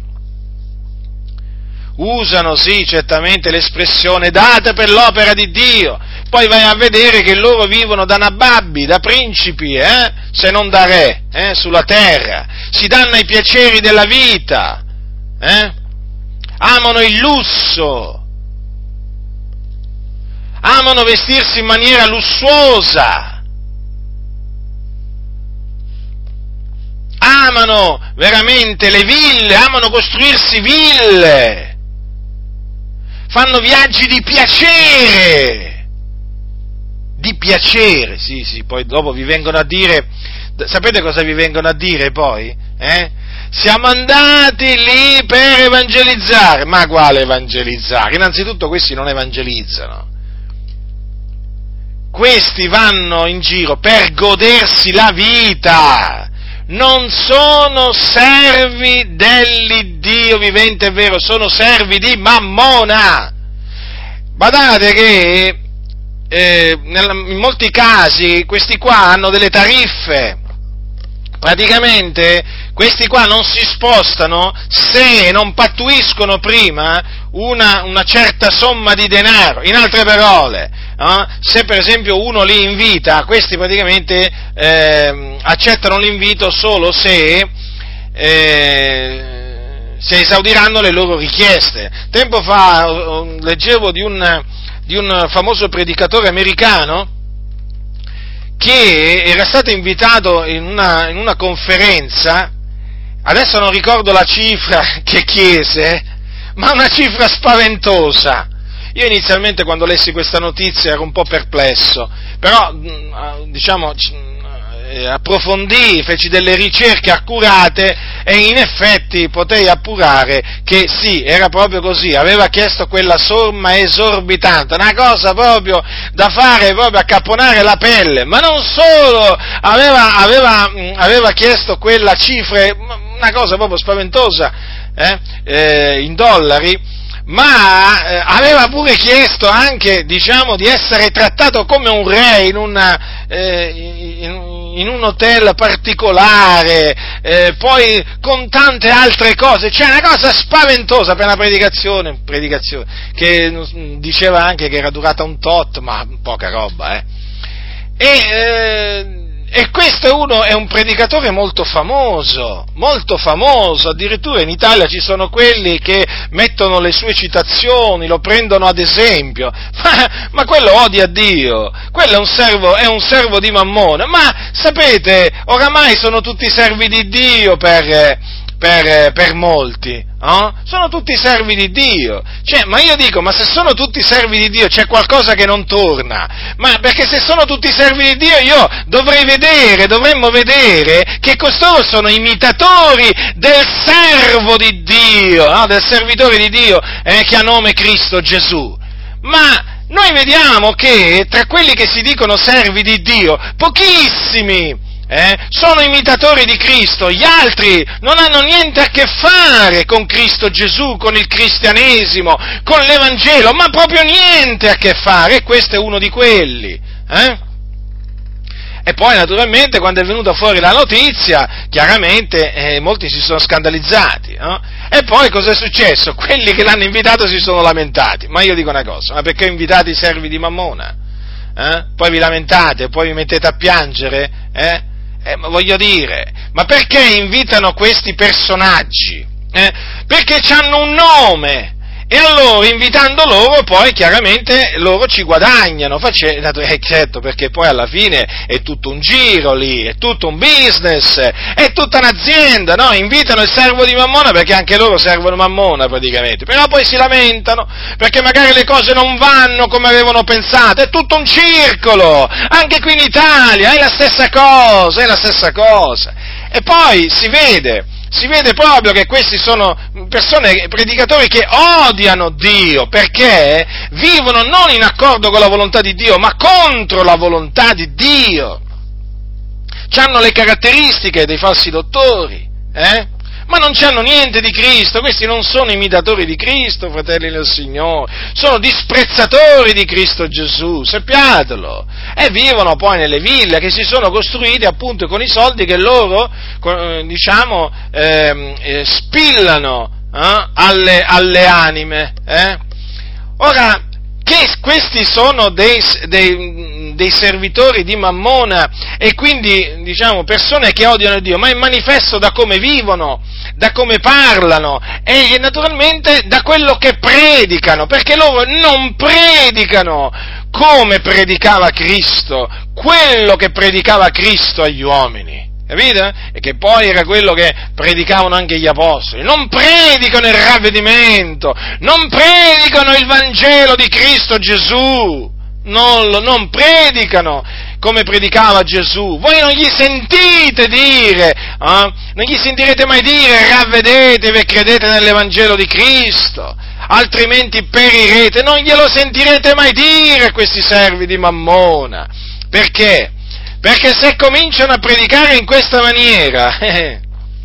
Usano, sì, certamente l'espressione data per l'opera di Dio, poi vai a vedere che loro vivono da nababbi, da principi, eh? Se non da re, eh? Sulla terra, si danno ai piaceri della vita, eh? Amano il lusso, amano vestirsi in maniera lussuosa, amano veramente le ville, amano costruirsi ville, fanno viaggi di piacere, di piacere, sì, sì, poi dopo vi vengono a dire, sapete cosa vi vengono a dire poi? Eh? Siamo andati lì per evangelizzare, ma quale evangelizzare? Innanzitutto questi non evangelizzano, questi vanno in giro per godersi la vita, non sono servi dell'Iddio vivente e vero, sono servi di Mammona. Badate che eh, in molti casi questi qua hanno delle tariffe, praticamente questi qua non si spostano se non pattuiscono prima una, una certa somma di denaro. In altre parole, eh, se per esempio uno li invita, questi praticamente eh, accettano l'invito solo se, eh, se esaudiranno le loro richieste. Tempo fa eh, leggevo di un, di un famoso predicatore americano che era stato invitato in una, in una conferenza, adesso non ricordo la cifra che chiese, ma una cifra spaventosa. Io inizialmente quando lessi questa notizia ero un po' perplesso, però diciamo approfondii, feci delle ricerche accurate e in effetti potei appurare che sì, era proprio così, aveva chiesto quella somma esorbitante, una cosa proprio da fare proprio a capponare la pelle, ma non solo, aveva, aveva, aveva chiesto quella cifra, una cosa proprio spaventosa, eh, eh, in dollari, ma eh, aveva pure chiesto anche, diciamo, di essere trattato come un re in, una, eh, in, in un hotel particolare, eh, poi con tante altre cose, cioè una cosa spaventosa per una predicazione, predicazione che diceva anche che era durata un tot, ma poca roba, eh. E, eh, E questo è uno, è un predicatore molto famoso, molto famoso, addirittura in Italia ci sono quelli che mettono le sue citazioni, lo prendono ad esempio, ma, ma quello odia Dio, quello è un servo, è un servo di Mammona, ma sapete, oramai sono tutti servi di Dio per, per, per molti. Oh? Sono tutti servi di Dio, cioè, ma io dico, ma se sono tutti servi di Dio c'è qualcosa che non torna, ma perché se sono tutti servi di Dio io dovrei vedere, dovremmo vedere che costoro sono imitatori del servo di Dio, no? Del servitore di Dio eh, che ha nome Cristo Gesù, ma noi vediamo che tra quelli che si dicono servi di Dio, pochissimi Eh, sono imitatori di Cristo, gli altri non hanno niente a che fare con Cristo Gesù, con il cristianesimo, con l'Evangelo, ma proprio niente a che fare, e questo è uno di quelli. Eh? E poi naturalmente quando è venuta fuori la notizia, chiaramente eh, molti si sono scandalizzati, no? E poi cosa è successo? Quelli che l'hanno invitato si sono lamentati, ma io dico una cosa, ma perché invitate i servi di Mammona? Eh? Poi vi lamentate, poi vi mettete a piangere, eh? Eh, ma voglio dire, ma perché invitano questi personaggi? Eh? Perché hanno un nome, e allora invitando loro poi chiaramente loro ci guadagnano, face, eh, certo, perché poi alla fine è tutto un giro lì, è tutto un business, è tutta un'azienda, no? Invitano il servo di Mammona perché anche loro servono Mammona praticamente, però poi si lamentano perché magari le cose non vanno come avevano pensato, è tutto un circolo, anche qui in Italia è la stessa cosa, è la stessa cosa, e poi si vede, Si vede proprio che questi sono persone, predicatori che odiano Dio, perché vivono non in accordo con la volontà di Dio, ma contro la volontà di Dio. C'hanno le caratteristiche dei falsi dottori, eh? Ma non c'hanno niente di Cristo, questi non sono imitatori di Cristo, fratelli del Signore, sono disprezzatori di Cristo Gesù, sappiatelo, e vivono poi nelle ville che si sono costruite appunto con i soldi che loro, diciamo, eh, eh, spillano eh, alle, alle anime. Eh? Ora, che questi sono dei, dei, dei servitori di Mammona e quindi, diciamo, persone che odiano Dio, ma è manifesto da come vivono, da come parlano e naturalmente da quello che predicano, perché loro non predicano come predicava Cristo, quello che predicava Cristo agli uomini. Capite? E che poi era quello che predicavano anche gli apostoli. Non predicano il ravvedimento, non predicano il Vangelo di Cristo Gesù, non, lo, non predicano come predicava Gesù. Voi non gli sentite dire, eh? non gli sentirete mai dire ravvedetevi e credete nell'Evangelo di Cristo, altrimenti perirete. Non glielo sentirete mai dire a questi servi di Mammona. Perché? Perché se cominciano a predicare in questa maniera, eh,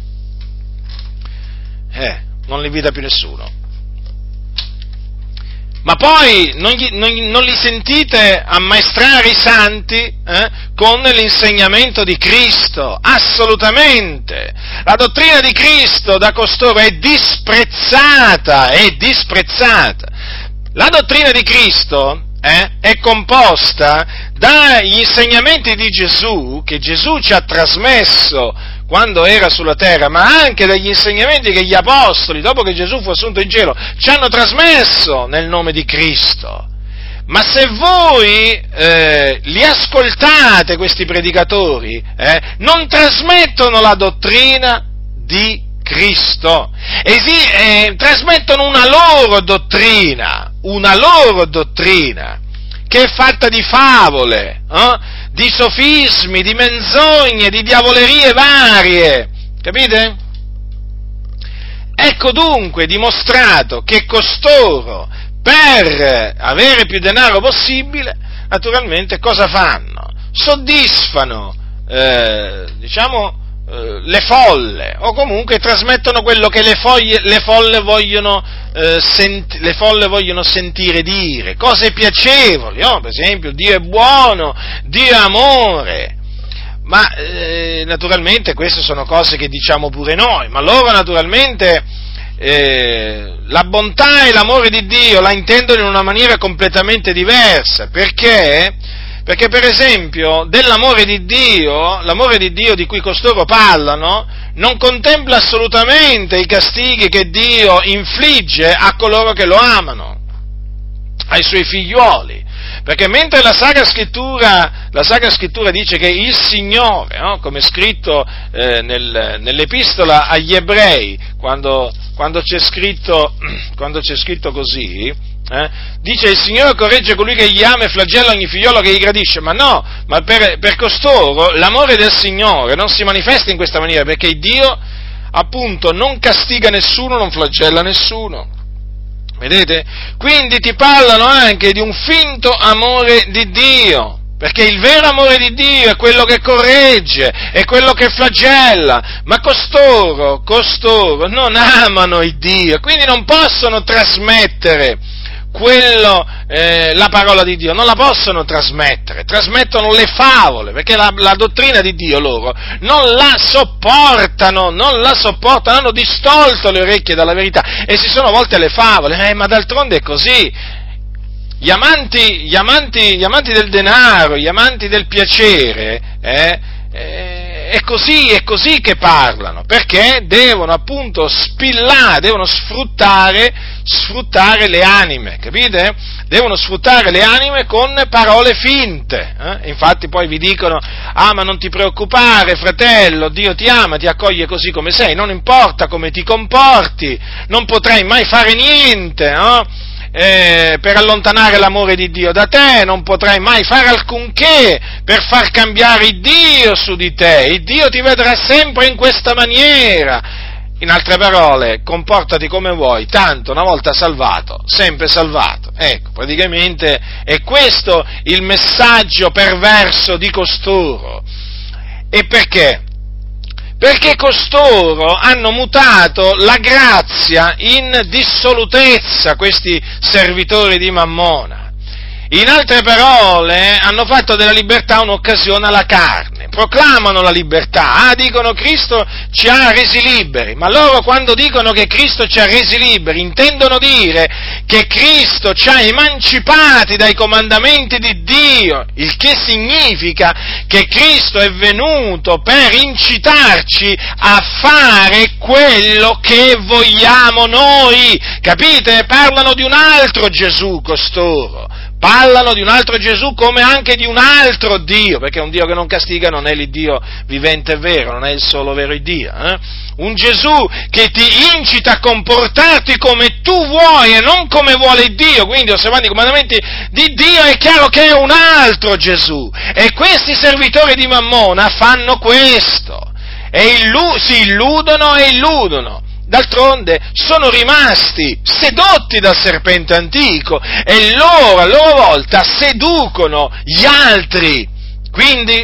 eh, non li invita più nessuno. Ma poi non, gli, non, non li sentite ammaestrare i santi eh, con l'insegnamento di Cristo? Assolutamente! La dottrina di Cristo da costoro è disprezzata, è disprezzata. La dottrina di Cristo eh, è composta dagli insegnamenti di Gesù, che Gesù ci ha trasmesso quando era sulla terra, ma anche dagli insegnamenti che gli apostoli, dopo che Gesù fu assunto in cielo, ci hanno trasmesso nel nome di Cristo. Ma se voi eh, li ascoltate, questi predicatori, eh, non trasmettono la dottrina di Cristo, Esi- eh, trasmettono una loro dottrina, una loro dottrina, che è fatta di favole, eh? di sofismi, di menzogne, di diavolerie varie, capite? Ecco dunque dimostrato che costoro, per avere più denaro possibile, naturalmente cosa fanno? Soddisfano, eh, diciamo, eh, le folle, o comunque trasmettono quello che le, foglie, le folle vogliono eh, sent- le folle vogliono sentire dire, cose piacevoli, no? Per esempio, Dio è buono, Dio è amore. Ma eh, naturalmente queste sono cose che diciamo pure noi, ma loro naturalmente eh, la bontà e l'amore di Dio la intendono in una maniera completamente diversa, perché? Perché per esempio dell'amore di Dio, l'amore di Dio di cui costoro parlano, non contempla assolutamente i castighi che Dio infligge a coloro che lo amano, ai suoi figliuoli. Perché mentre la Sacra Scrittura, la Sacra Scrittura dice che il Signore, no, come è scritto eh, nel, nell'Epistola agli Ebrei, quando, quando, c'è scritto, quando c'è scritto così, eh, dice il Signore corregge colui che gli ama e flagella ogni figliolo che gli gradisce, ma no, ma per, per costoro l'amore del Signore non si manifesta in questa maniera, perché Dio appunto non castiga nessuno, non flagella nessuno. Vedete? Quindi ti parlano anche di un finto amore di Dio, perché il vero amore di Dio è quello che corregge, è quello che flagella, ma costoro, costoro non amano il Dio, quindi non possono trasmettere quello, eh, la parola di Dio, non la possono trasmettere, trasmettono le favole, perché la, la dottrina di Dio loro non la sopportano, non la sopportano, hanno distolto le orecchie dalla verità e si sono volte alle favole, eh, ma d'altronde è così. Gli amanti, gli amanti, gli amanti del denaro, gli amanti del piacere, eh, eh, è così, è così che parlano, perché devono appunto spillare, devono sfruttare, sfruttare le anime, capite? Devono sfruttare le anime con parole finte, eh? Infatti poi vi dicono, ah ma non ti preoccupare fratello, Dio ti ama, ti accoglie così come sei, non importa come ti comporti, non potrai mai fare niente, no? Eh, per allontanare l'amore di Dio da te, non potrai mai fare alcunché per far cambiare il Dio su di te, il Dio ti vedrà sempre in questa maniera. In altre parole, comportati come vuoi, tanto una volta salvato, sempre salvato. Ecco, praticamente è questo il messaggio perverso di costoro. E perché? Perché costoro hanno mutato la grazia in dissolutezza, questi servitori di Mammona. In altre parole, hanno fatto della libertà un'occasione alla carne, proclamano la libertà, ah, dicono Cristo ci ha resi liberi, ma loro quando dicono che Cristo ci ha resi liberi, intendono dire che Cristo ci ha emancipati dai comandamenti di Dio, il che significa che Cristo è venuto per incitarci a fare quello che vogliamo noi, capite? Parlano di un altro Gesù costoro. Parlano di un altro Gesù come anche di un altro Dio, perché un Dio che non castiga non è l'Iddio vivente e vero, non è il solo vero Dio. Eh? Un Gesù che ti incita a comportarti come tu vuoi e non come vuole Dio, quindi osservando i comandamenti di Dio, è chiaro che è un altro Gesù. E questi servitori di Mammona fanno questo, e illu- si illudono e illudono. D'altronde sono rimasti sedotti dal serpente antico e loro a loro volta seducono gli altri. Quindi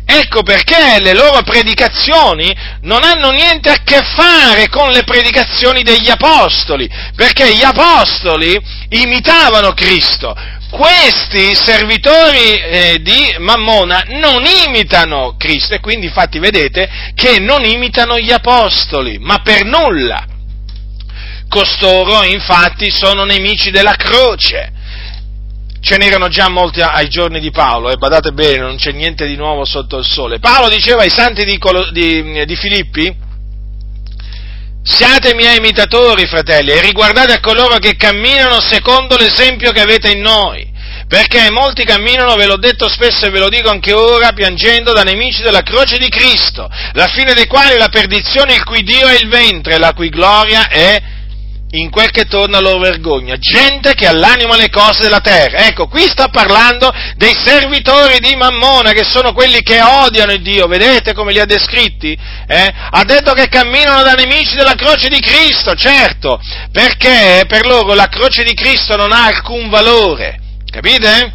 Ecco perché le loro predicazioni non hanno niente a che fare con le predicazioni degli apostoli, perché gli apostoli imitavano Cristo. Questi servitori eh, di Mammona non imitano Cristo e quindi infatti vedete che non imitano gli apostoli, ma per nulla. Costoro infatti sono nemici della croce. Ce n'erano già molti ai giorni di Paolo, e eh, badate bene, non c'è niente di nuovo sotto il sole. Paolo diceva ai santi di, Colo, di, di Filippi: siate miei imitatori, fratelli, e riguardate a coloro che camminano secondo l'esempio che avete in noi, perché molti camminano, ve l'ho detto spesso e ve lo dico anche ora, piangendo da nemici della croce di Cristo, la fine dei quali è la perdizione, il cui Dio è il ventre, la cui gloria è in quel che torna a loro vergogna, gente che ha l'animo alle cose della terra. Ecco, qui sta parlando dei servitori di Mammona, che sono quelli che odiano il Dio, vedete come li ha descritti? Eh? Ha detto che camminano da nemici della croce di Cristo, certo, perché per loro la croce di Cristo non ha alcun valore, capite?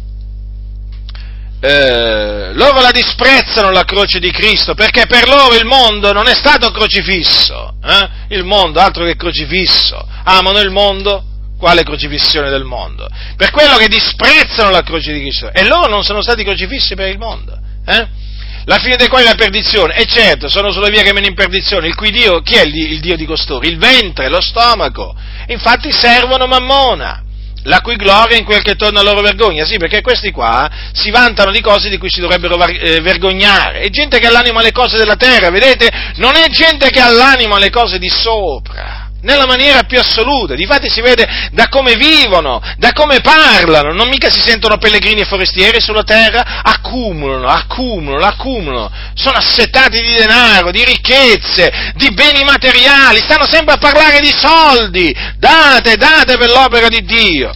Eh, loro la disprezzano la croce di Cristo, perché per loro il mondo non è stato crocifisso, eh? Il mondo, altro che crocifisso, amano il mondo, quale crocifissione del mondo? Per quello che disprezzano la croce di Cristo, e loro non sono stati crocifissi per il mondo, eh? La fine dei quali è la perdizione, e certo, sono sulla via che mena in perdizione, il cui Dio, chi è il, il Dio di costoro? Il ventre, lo stomaco, infatti servono Mammona, la cui gloria in quel che torna a loro vergogna, sì, perché questi qua si vantano di cose di cui si dovrebbero eh, vergognare, è gente che ha l'animo alle cose della terra, vedete, non è gente che ha l'animo alle cose di sopra, nella maniera più assoluta, difatti si vede da come vivono, da come parlano, non mica si sentono pellegrini e forestieri sulla terra, accumulano, accumulano, accumulano, sono assetati di denaro, di ricchezze, di beni materiali, stanno sempre a parlare di soldi, date, date per l'opera di Dio.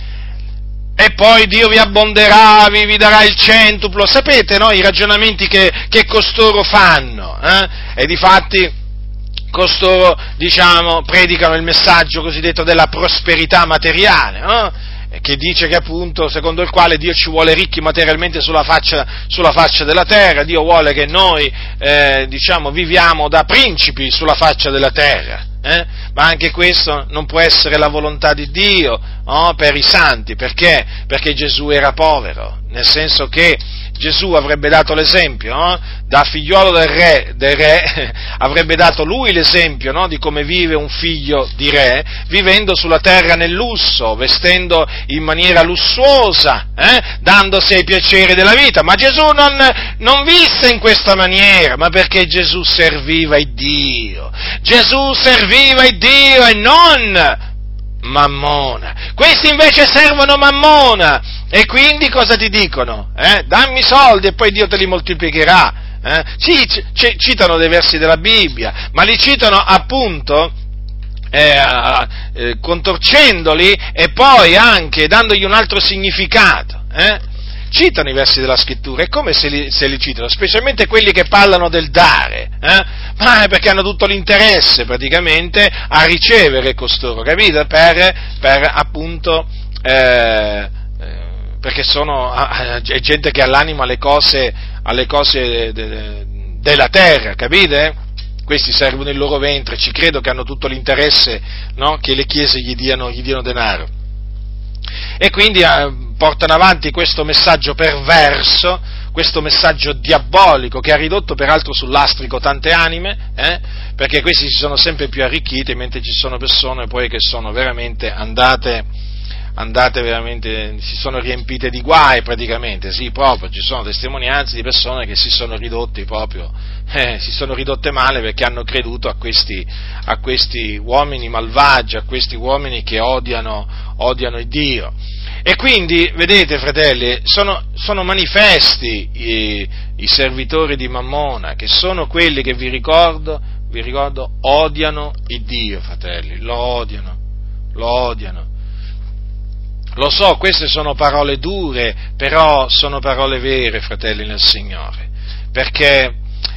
E poi Dio vi abbonderà, vi, vi darà il centuplo, sapete, no, i ragionamenti che, che costoro fanno, eh? E difatti costoro, diciamo, predicano il messaggio cosiddetto della prosperità materiale, no? Che dice che appunto, secondo il quale Dio ci vuole ricchi materialmente sulla faccia, sulla faccia della terra, Dio vuole che noi, eh, diciamo, viviamo da principi sulla faccia della terra, eh? Ma anche questo non può essere la volontà di Dio, no? Per i santi, perché? Perché Gesù era povero, nel senso che Gesù avrebbe dato l'esempio, no? Da figliuolo del re, del re avrebbe dato lui l'esempio, no? Di come vive un figlio di re, vivendo sulla terra nel lusso, vestendo in maniera lussuosa, eh? Dandosi ai piaceri della vita, ma Gesù non, non visse in questa maniera, ma perché Gesù serviva il Dio, Gesù serviva il Dio e non Mammona. Questi invece servono Mammona, e quindi cosa ti dicono? Eh? Dammi soldi e poi Dio te li moltiplicherà. Eh? Sì, c- c- citano dei versi della Bibbia, ma li citano appunto eh, eh, contorcendoli e poi anche dandogli un altro significato. Eh? Citano i versi della scrittura, è come se li, se li citano, specialmente quelli che parlano del dare, eh? Ma è perché hanno tutto l'interesse praticamente a ricevere costoro, capito? Per, per appunto, eh, perché sono è gente che ha l'anima alle cose, alle cose de, de, della terra, capite? Questi servono il loro ventre, ci credo che hanno tutto l'interesse, no? Che le chiese gli diano, gli diano denaro. E quindi eh, portano avanti questo messaggio perverso, questo messaggio diabolico che ha ridotto peraltro sul lastrico tante anime, eh? Perché questi si sono sempre più arricchiti, mentre ci sono persone poi che sono veramente andate, andate veramente, si sono riempite di guai praticamente, sì, proprio, ci sono testimonianze di persone che si sono ridotti proprio, eh, si sono ridotte male perché hanno creduto a questi, a questi uomini malvagi, a questi uomini che odiano, odiano il Dio. E quindi, vedete fratelli, sono, sono manifesti i, i servitori di Mammona, che sono quelli che vi ricordo, vi ricordo, odiano il Dio, fratelli, lo odiano, lo odiano. Lo so, queste sono parole dure, però sono parole vere, fratelli nel Signore, perché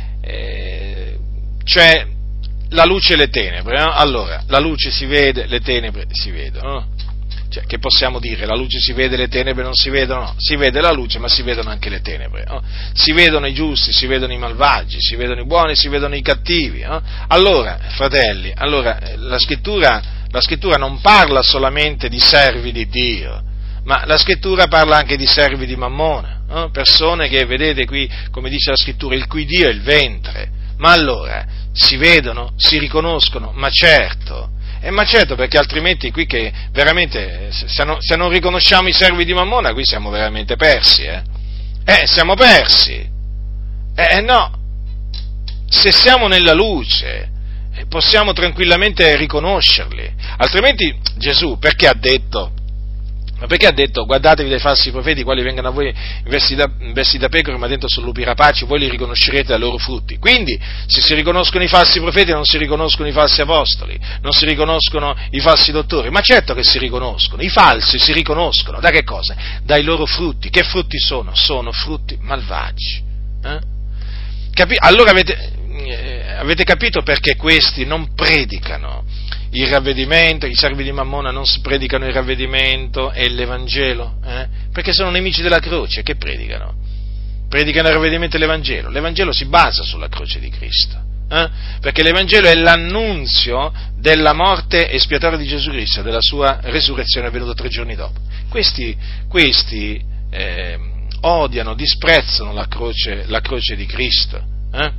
eh, cioè la luce e le tenebre, no? Allora, la luce si vede, le tenebre si vedono, no? Cioè, che possiamo dire? La luce si vede, le tenebre non si vedono? No, si vede la luce, ma si vedono anche le tenebre. No? Si vedono i giusti, si vedono i malvagi, si vedono i buoni, si vedono i cattivi. No? Allora, fratelli, allora, la scrittura, la scrittura non parla solamente di servi di Dio, ma la scrittura parla anche di servi di Mammona, no? Persone che, vedete qui, come dice la scrittura, il cui Dio è il ventre. Ma allora, si vedono, si riconoscono, ma certo. Eh, ma certo, perché altrimenti qui che veramente, se non, se non riconosciamo i servi di Mammona, qui siamo veramente persi, eh? Eh, siamo persi. Eh, no. Se siamo nella luce, possiamo tranquillamente riconoscerli. Altrimenti Gesù, perché ha detto, ma perché ha detto, guardatevi dai falsi profeti, quali vengono a voi vestiti da, vestiti da pecore, ma dentro sono lupi rapaci, voi li riconoscerete dai loro frutti. Quindi, se si riconoscono i falsi profeti, non si riconoscono i falsi apostoli, non si riconoscono i falsi dottori, ma certo che si riconoscono, i falsi si riconoscono, da che cosa? Dai loro frutti. Che frutti sono? Sono frutti malvagi. Eh? Capi- allora avete, eh, avete capito perché questi non predicano il ravvedimento, i servi di Mammona non si predicano il ravvedimento e l'Evangelo? Eh? Perché sono nemici della croce. Che predicano? Predicano il ravvedimento e l'Evangelo. L'Evangelo si basa sulla croce di Cristo, eh? Perché l'Evangelo è l'annunzio della morte espiatoria di Gesù Cristo, della sua resurrezione avvenuta tre giorni dopo. Questi, questi eh, odiano, disprezzano la croce, la croce di Cristo, eh?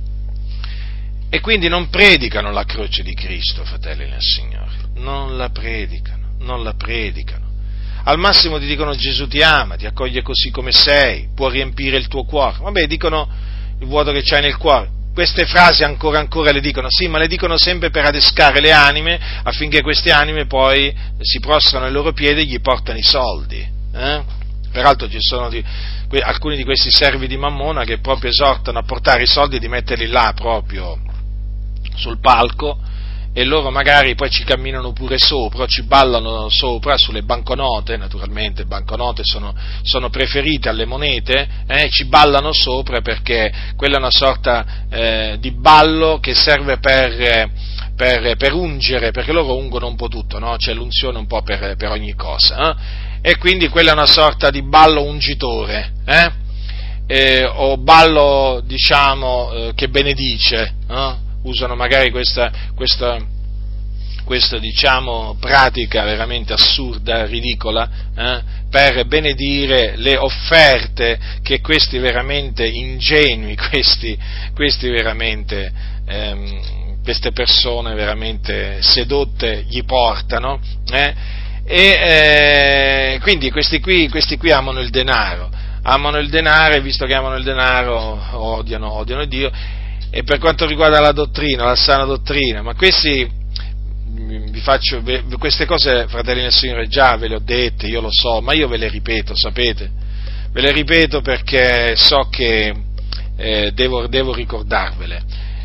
E quindi non predicano la croce di Cristo, fratelli nel Signore, non la predicano, non la predicano. Al massimo ti dicono Gesù ti ama, ti accoglie così come sei, può riempire il tuo cuore. Vabbè, dicono il vuoto che c'hai nel cuore. Queste frasi ancora ancora le dicono, sì, ma le dicono sempre per adescare le anime, affinché queste anime poi si prostrano ai loro piedi e gli portano i soldi. Eh? Peraltro ci sono di, alcuni di questi servi di Mammona che proprio esortano a portare i soldi e di metterli là proprio sul palco, e loro magari poi ci camminano pure sopra, ci ballano sopra sulle banconote, naturalmente banconote sono, sono preferite alle monete, eh, ci ballano sopra perché quella è una sorta eh, di ballo che serve per, per, per ungere, perché loro ungono un po' tutto, no? C'è l'unzione un po' per, per ogni cosa, eh? E quindi quella è una sorta di ballo ungitore, eh? Eh, o ballo, diciamo, eh, che benedice, eh? Usano magari questa, questa, questa diciamo, pratica veramente assurda, ridicola, eh, per benedire le offerte che questi veramente ingenui, questi, questi veramente, ehm, queste persone veramente sedotte gli portano, eh, e eh, quindi questi qui, questi qui amano il denaro, amano il denaro e visto che amano il denaro odiano, odiano Dio. E per quanto riguarda la dottrina, la sana dottrina, ma questi, vi faccio, queste cose, fratelli nel Signore, già ve le ho dette, io lo so, ma io ve le ripeto, sapete? Ve le ripeto perché so che eh, devo, devo ricordarvele.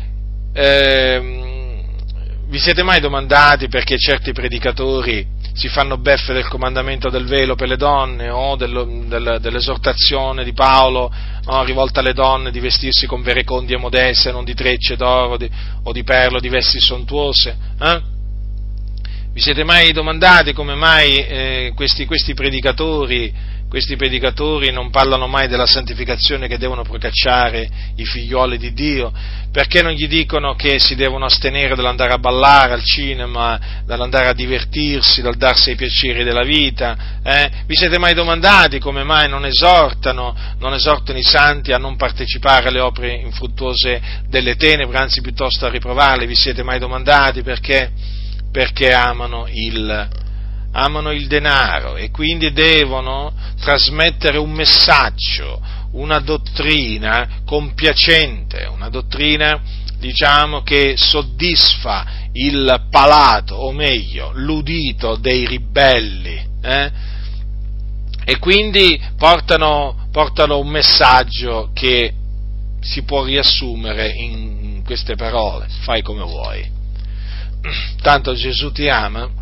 Eh, vi siete mai domandati perché certi predicatori si fanno beffe del comandamento del velo per le donne o del, del, dell'esortazione di Paolo, no, rivolta alle donne di vestirsi con verecondia modeste, non di trecce d'oro di, o di perlo, di vesti sontuose? Eh? Vi siete mai domandati come mai eh, questi, questi predicatori questi predicatori non parlano mai della santificazione che devono procacciare i figlioli di Dio? Perché non gli dicono che si devono astenere dall'andare a ballare al cinema, dall'andare a divertirsi, dal darsi ai piaceri della vita? Eh? Vi siete mai domandati come mai non esortano, non esortano i santi a non partecipare alle opere infruttuose delle tenebre, anzi piuttosto a riprovarle? Vi siete mai domandati perché? Perché amano il amano il denaro e quindi devono trasmettere un messaggio, una dottrina compiacente, una dottrina, diciamo, che soddisfa il palato, o meglio, l'udito dei ribelli, eh? E quindi portano, portano un messaggio che si può riassumere in queste parole: fai come vuoi. Tanto Gesù ti ama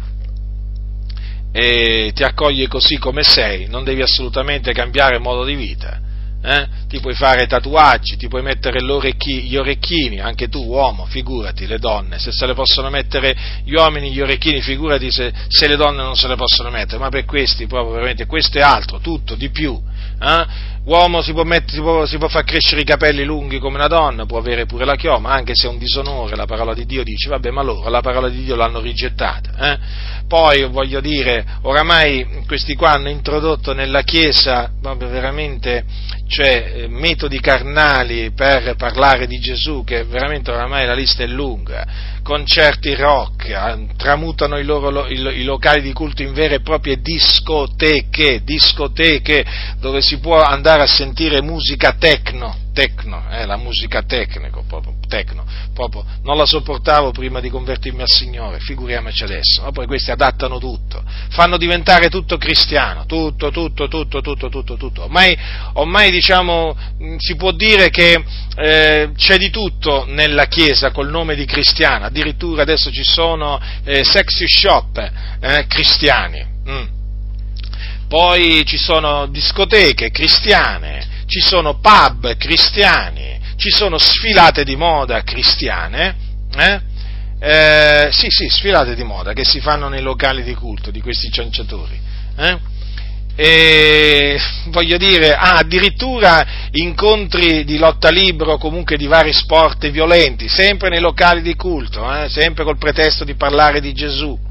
e ti accoglie così come sei, non devi assolutamente cambiare modo di vita, Eh? Ti puoi fare tatuaggi, ti puoi mettere l'orecchi, gli orecchini, anche tu uomo, figurati, le donne, se se le possono mettere gli uomini gli orecchini, figurati se, se le donne non se le possono mettere, ma per questi proprio veramente, questo è altro, tutto, di più. Eh? Uomo si può, mettere, si, può, si può far crescere i capelli lunghi come una donna, può avere pure la chioma, anche se è un disonore, la parola di Dio dice, vabbè, ma loro la parola di Dio l'hanno rigettata. Eh? Poi, voglio dire, oramai questi qua hanno introdotto nella Chiesa, proprio veramente, cioè, metodi carnali per parlare di Gesù, che veramente oramai la lista è lunga, concerti rock, tramutano i, loro, i, i locali di culto in vere e proprie discoteche, discoteche dove si può andare a sentire musica techno, techno, eh, la musica tecnico, proprio, techno, proprio, non la sopportavo prima di convertirmi al Signore, figuriamoci adesso, ma poi questi adattano tutto, fanno diventare tutto cristiano, tutto, tutto, tutto, tutto, tutto, tutto, ormai, ormai diciamo, si può dire che eh, c'è di tutto nella Chiesa col nome di cristiana, addirittura adesso ci sono eh, sexy shop eh, cristiani, mm. Poi ci sono discoteche cristiane, ci sono pub cristiani, ci sono sfilate di moda cristiane, eh? Eh, sì, sì, sfilate di moda che si fanno nei locali di culto di questi cianciatori, eh? E voglio dire, ah, addirittura incontri di lotta libera o comunque di vari sport violenti, sempre nei locali di culto, eh? Sempre col pretesto di parlare di Gesù.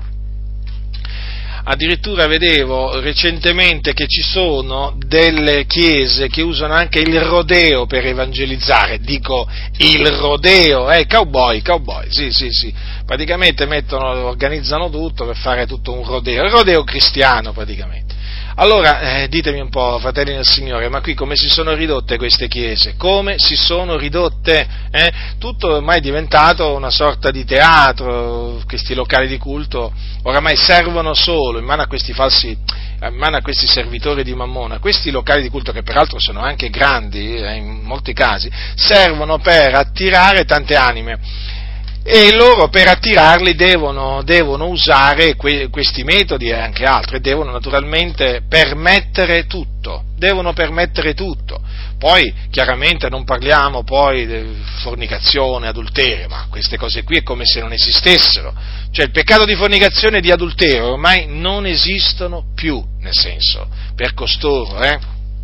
Addirittura vedevo recentemente che ci sono delle chiese che usano anche il rodeo per evangelizzare, dico il rodeo, eh, cowboy, cowboy, sì, sì, sì, praticamente mettono, organizzano tutto per fare tutto un rodeo, il rodeo cristiano praticamente. Allora, eh, ditemi un po', fratelli del Signore, ma qui come si sono ridotte queste chiese? Come si sono ridotte? Eh? Tutto ormai è diventato una sorta di teatro, questi locali di culto oramai servono solo, in mano a questi falsi, in mano a questi servitori di Mammona, questi locali di culto, che peraltro sono anche grandi eh, in molti casi, servono per attirare tante anime. E loro per attirarli devono, devono usare que, questi metodi e anche altri, e devono naturalmente permettere tutto, devono permettere tutto. Poi chiaramente non parliamo poi di fornicazione, adulterio, ma queste cose qui è come se non esistessero. Cioè il peccato di fornicazione e di adulterio ormai non esistono più, nel senso, per costoro, eh?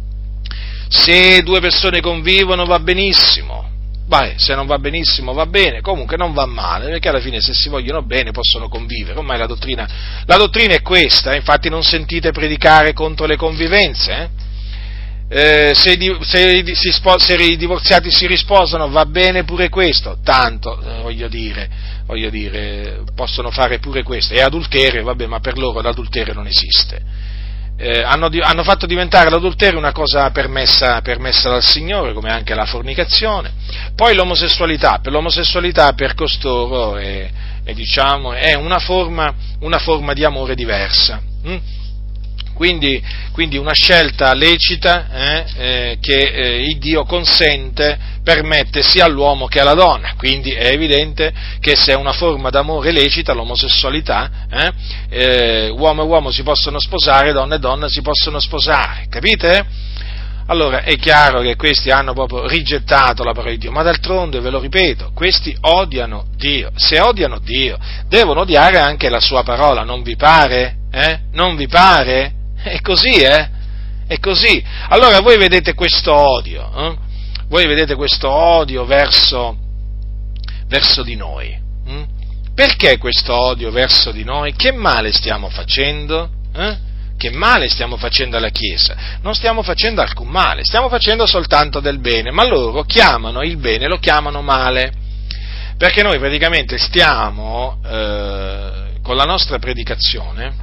Se due persone convivono va benissimo. Beh, se non va benissimo va bene, comunque non va male, perché alla fine se si vogliono bene possono convivere, ormai la dottrina, la dottrina è questa, eh? Infatti non sentite predicare contro le convivenze, eh? Eh, se, di, se, si spo, se i divorziati si risposano va bene pure questo, tanto, eh, voglio dire, voglio dire, possono fare pure questo, e adulterio, vabbè, ma per loro l'adulterio non esiste. Eh, hanno, hanno fatto diventare l'adulterio una cosa permessa, permessa dal Signore, come anche la fornicazione. Poi l'omosessualità, per l'omosessualità per costoro è, è, diciamo, è una forma, una forma di amore diversa. Hm? Quindi, quindi una scelta lecita eh, eh, che eh, il Dio consente, permette sia all'uomo che alla donna, quindi è evidente che se è una forma d'amore lecita, l'omosessualità, eh, eh, uomo e uomo si possono sposare, donna e donna si possono sposare, capite? Allora è chiaro che questi hanno proprio rigettato la parola di Dio, ma d'altronde, ve lo ripeto, questi odiano Dio, se odiano Dio devono odiare anche la sua parola, non vi pare? Eh? Non vi pare? È così, eh? È così. Allora voi vedete questo odio, eh? Voi vedete questo odio verso, verso di noi. Hm? Perché questo odio verso di noi? Che male stiamo facendo? Eh? Che male stiamo facendo alla Chiesa? Non stiamo facendo alcun male, stiamo facendo soltanto del bene, ma loro chiamano il bene, lo chiamano male. Perché noi praticamente stiamo, eh, con la nostra predicazione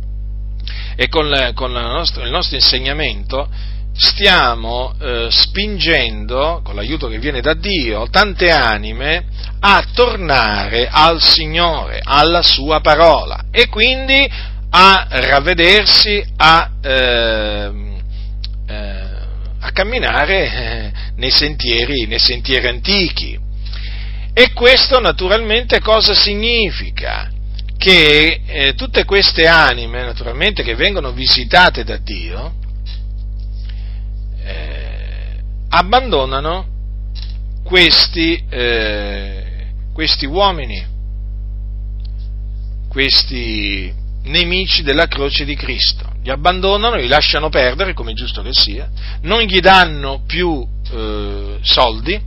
e con, con la nostra, il nostro insegnamento, stiamo eh, spingendo, con l'aiuto che viene da Dio, tante anime a tornare al Signore, alla Sua parola, e quindi a ravvedersi, a, eh, eh, a camminare eh, nei sentieri, nei sentieri antichi. E questo naturalmente cosa significa? Che eh, tutte queste anime, naturalmente, che vengono visitate da Dio, eh, abbandonano questi, eh, questi uomini, questi nemici della croce di Cristo. Li abbandonano, li lasciano perdere, come è giusto che sia, non gli danno più eh, soldi,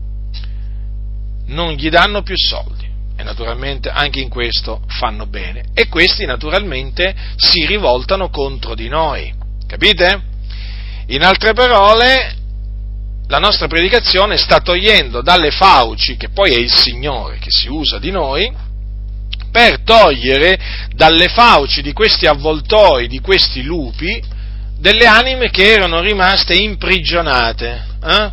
non gli danno più soldi, e naturalmente anche in questo fanno bene, e questi naturalmente si rivoltano contro di noi, capite? In altre parole, la nostra predicazione sta togliendo dalle fauci, che poi è il Signore che si usa di noi, per togliere dalle fauci di questi avvoltoi, di questi lupi, delle anime che erano rimaste imprigionate. Eh?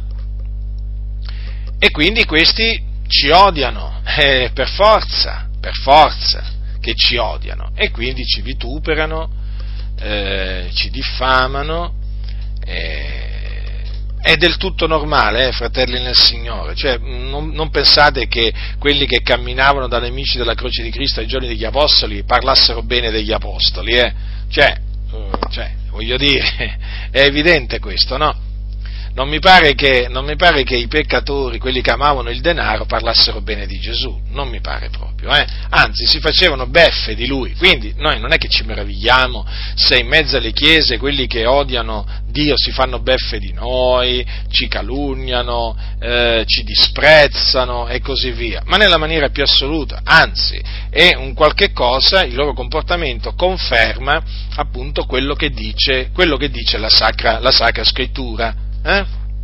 E quindi questi ci odiano, eh, per forza, per forza che ci odiano, e quindi ci vituperano, eh, ci diffamano, eh, è del tutto normale, eh, fratelli nel Signore, cioè non, non pensate che quelli che camminavano da nemici della croce di Cristo ai giorni degli Apostoli parlassero bene degli Apostoli, eh? Cioè, uh, cioè, voglio dire, è evidente questo, no? Non mi pare che, non mi pare che i peccatori, quelli che amavano il denaro, parlassero bene di Gesù, non mi pare proprio, eh? Anzi, si facevano beffe di lui, quindi noi non è che ci meravigliamo se in mezzo alle chiese quelli che odiano Dio si fanno beffe di noi, ci calunniano, eh, ci disprezzano e così via, ma nella maniera più assoluta, anzi, è un qualche cosa, il loro comportamento conferma appunto quello che dice, quello che dice la Sacra, la Sacra Scrittura. Eh?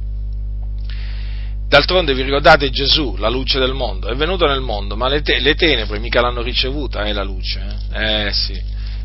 D'altronde vi ricordate Gesù, la luce del mondo, è venuto nel mondo, ma le, te- le tenebre mica l'hanno ricevuta, è eh, la luce, eh? eh sì.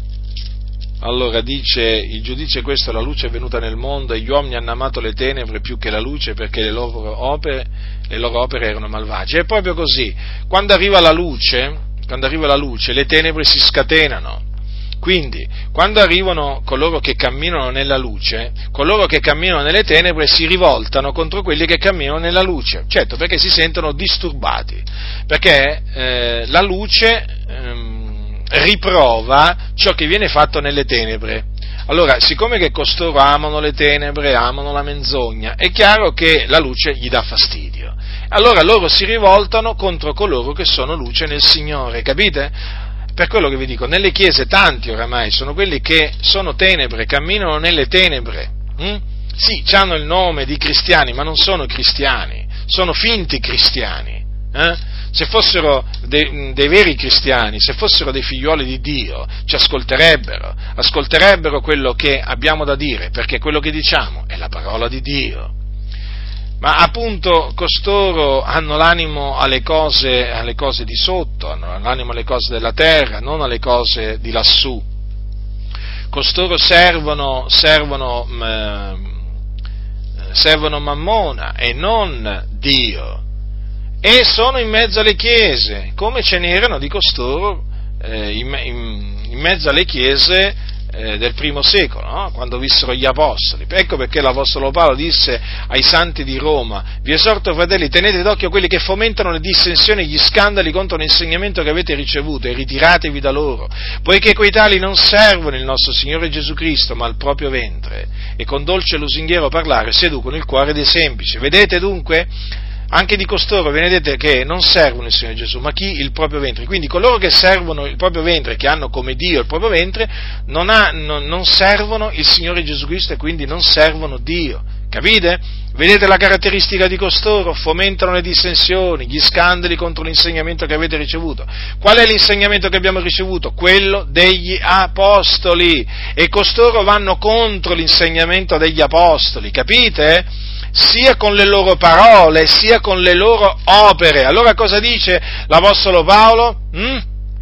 Allora dice, il giudice è questo: la luce è venuta nel mondo e gli uomini hanno amato le tenebre più che la luce perché le loro opere, le loro opere erano malvagie. È proprio così, quando arriva la luce, quando arriva la luce, le tenebre si scatenano. Quindi, quando arrivano coloro che camminano nella luce, coloro che camminano nelle tenebre si rivoltano contro quelli che camminano nella luce, certo, perché si sentono disturbati, perché eh, la luce ehm, riprova ciò che viene fatto nelle tenebre. Allora, siccome che costoro amano le tenebre, amano la menzogna, è chiaro che la luce gli dà fastidio. Allora loro si rivoltano contro coloro che sono luce nel Signore, capite? Per quello che vi dico, nelle chiese tanti oramai sono quelli che sono tenebre, camminano nelle tenebre, hm? Sì, hanno il nome di cristiani, ma non sono cristiani, sono finti cristiani, eh? Se fossero dei, dei veri cristiani, se fossero dei figliuoli di Dio, ci ascolterebbero, ascolterebbero quello che abbiamo da dire, perché quello che diciamo è la parola di Dio. Ma appunto costoro hanno l'animo alle cose, alle cose di sotto, hanno l'animo alle cose della terra, non alle cose di lassù. Costoro servono, servono, eh, servono Mammona e non Dio, e sono in mezzo alle chiese, come ce n'erano di costoro eh, in, in, in mezzo alle chiese Eh, del primo secolo, no? Quando vissero gli apostoli. Ecco perché l'apostolo Paolo disse ai santi di Roma: vi esorto, fratelli, tenete d'occhio quelli che fomentano le dissensioni e gli scandali contro l'insegnamento che avete ricevuto, e ritiratevi da loro, poiché quei tali non servono il nostro Signore Gesù Cristo, ma il proprio ventre, e con dolce e lusinghiero parlare seducono il cuore dei semplici. Vedete dunque? Anche di costoro vedete che non servono il Signore Gesù, ma chi? Il proprio ventre. Quindi coloro che servono il proprio ventre, che hanno come Dio il proprio ventre, non, ha, non, non servono il Signore Gesù Cristo, e quindi non servono Dio. Capite? Vedete la caratteristica di costoro? Fomentano le dissensioni, gli scandali contro l'insegnamento che avete ricevuto. Qual è l'insegnamento che abbiamo ricevuto? Quello degli apostoli. E costoro vanno contro l'insegnamento degli apostoli, capite? Sia con le loro parole, sia con le loro opere. Allora cosa dice l'apostolo Paolo? Hm?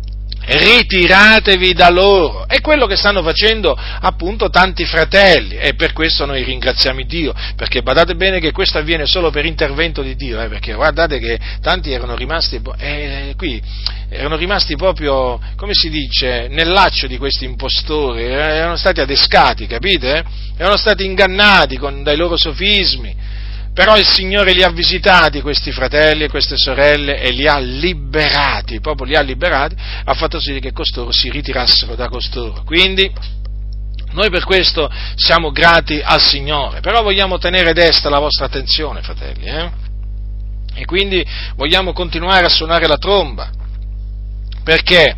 Ritiratevi da loro. È quello che stanno facendo appunto tanti fratelli, e per questo noi ringraziamo Dio, perché badate bene che questo avviene solo per intervento di Dio, eh, perché guardate che tanti erano rimasti eh, qui erano rimasti proprio, come si dice, nel laccio di questi impostori, erano stati adescati, capite? Erano stati ingannati con, dai loro sofismi. Però il Signore li ha visitati, questi fratelli e queste sorelle, e li ha liberati, proprio li ha liberati, ha fatto sì che costoro si ritirassero da costoro. Quindi Noi per questo siamo grati al Signore, però vogliamo tenere desta la vostra attenzione, fratelli, eh? E quindi vogliamo continuare a suonare la tromba, perché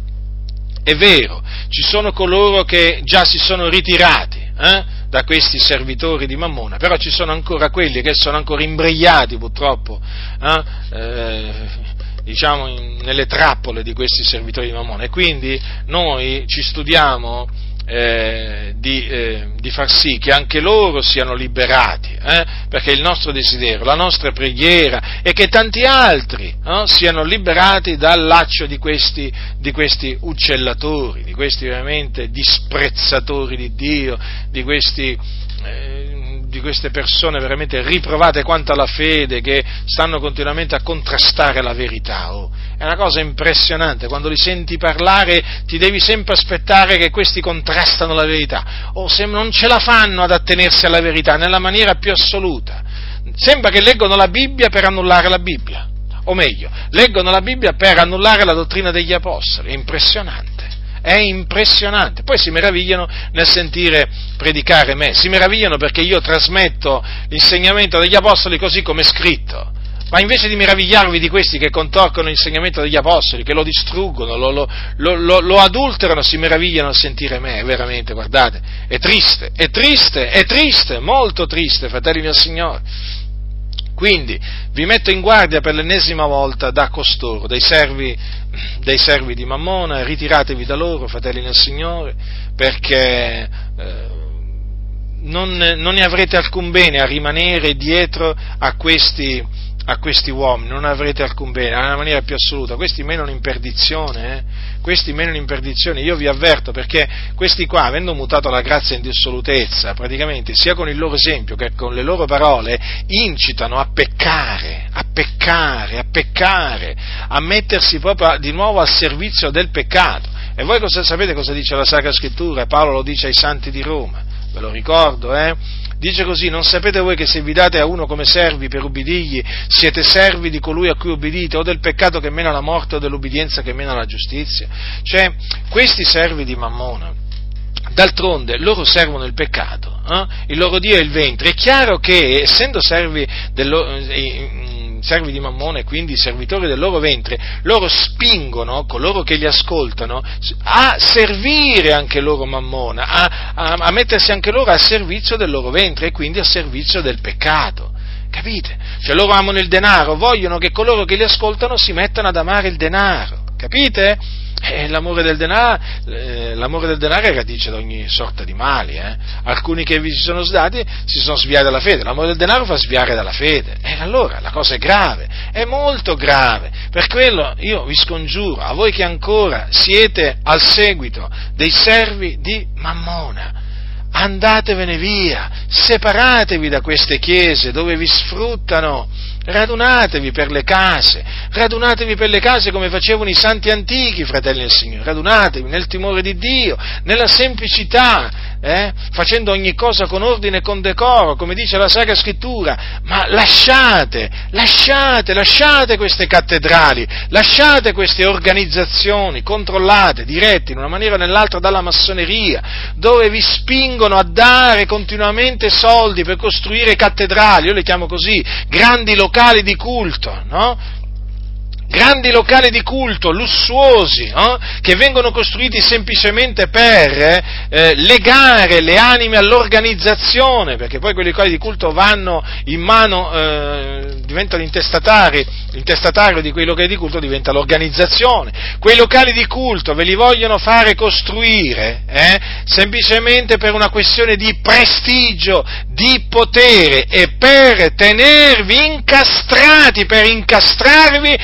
è vero, ci sono coloro che già si sono ritirati eh, da questi servitori di Mammona, però ci sono ancora quelli che sono ancora imbrigliati purtroppo, eh, eh, diciamo, in, nelle trappole di questi servitori di Mammona, e quindi noi ci studiamo Eh, di, eh, di far sì che anche loro siano liberati, eh, perché il nostro desiderio, la nostra preghiera è che tanti altri no, siano liberati dal laccio di questi, di questi uccellatori, di questi veramente disprezzatori di Dio, di questi eh, di queste persone veramente riprovate quanto alla fede, che stanno continuamente a contrastare la verità. Oh. È una cosa impressionante, quando li senti parlare ti devi sempre aspettare che questi contrastano la verità, o se non ce la fanno ad attenersi alla verità nella maniera più assoluta. Sembra che leggono la Bibbia per annullare la Bibbia, o meglio, leggono la Bibbia per annullare la dottrina degli Apostoli. È impressionante. È impressionante, poi si meravigliano nel sentire predicare me, si meravigliano perché io trasmetto l'insegnamento degli Apostoli così come è scritto, ma invece di meravigliarvi di questi che contorcono l'insegnamento degli Apostoli, che lo distruggono, lo, lo, lo, lo, lo adulterano, si meravigliano a sentire me, veramente, guardate, è triste, è triste, è triste, molto triste, fratelli del Signore. Quindi vi metto in guardia per l'ennesima volta da costoro, dei servi, dei servi di Mammona, ritiratevi da loro, fratelli nel Signore, perché eh, non, non ne avrete alcun bene a rimanere dietro a questi, a questi uomini, non avrete alcun bene, nella maniera più assoluta. Questi menano in perdizione, eh? questi menano in perdizione, io vi avverto, perché questi qua, avendo mutato la grazia in dissolutezza, praticamente sia con il loro esempio che con le loro parole, incitano a peccare, a peccare, a peccare, a mettersi proprio di nuovo al servizio del peccato. E voi cosa sapete cosa dice la Sacra Scrittura? Paolo lo dice ai santi di Roma, ve lo ricordo, eh? Dice così: non sapete voi che se vi date a uno come servi per ubbidirgli, siete servi di colui a cui ubbidite, o del peccato che mena alla morte o dell'ubbidienza che mena alla giustizia? Cioè, questi servi di Mammona, d'altronde loro servono il peccato, eh? Il loro Dio è il ventre. È chiaro che, essendo servi dello, eh, servi di Mammona e quindi servitori del loro ventre, loro spingono coloro che li ascoltano a servire anche loro Mammona, a, a, a mettersi anche loro a servizio del loro ventre e quindi a servizio del peccato. Capite? Cioè loro amano il denaro, vogliono che coloro che li ascoltano si mettano ad amare il denaro. Capite? Eh, l'amore del denaro, eh, l'amore del denaro è radice di ogni sorta di mali, eh. Alcuni che vi si sono sdati si sono sviati dalla fede, l'amore del denaro fa sviare dalla fede, e allora la cosa è grave, è molto grave. Per quello io vi scongiuro, a voi che ancora siete al seguito dei servi di Mammona, andatevene via, separatevi da queste chiese dove vi sfruttano, radunatevi per le case, radunatevi per le case come facevano i santi antichi, fratelli del Signore, radunatevi nel timore di Dio, nella semplicità, eh, facendo ogni cosa con ordine e con decoro, come dice la Sacra Scrittura, ma lasciate, lasciate, lasciate queste cattedrali, lasciate queste organizzazioni controllate, dirette in una maniera o nell'altra dalla massoneria, dove vi spingono a dare continuamente soldi per costruire cattedrali, io le chiamo così, grandi locali di culto, no? Grandi locali di culto, lussuosi, no? Che vengono costruiti semplicemente per eh, legare le anime all'organizzazione, perché poi quei locali di culto vanno in mano, eh, diventano intestatari, l'intestatario di quei locali di culto diventa l'organizzazione. Quei locali di culto ve li vogliono fare costruire eh, semplicemente per una questione di prestigio, di potere e per tenervi incastrati, per incastrarvi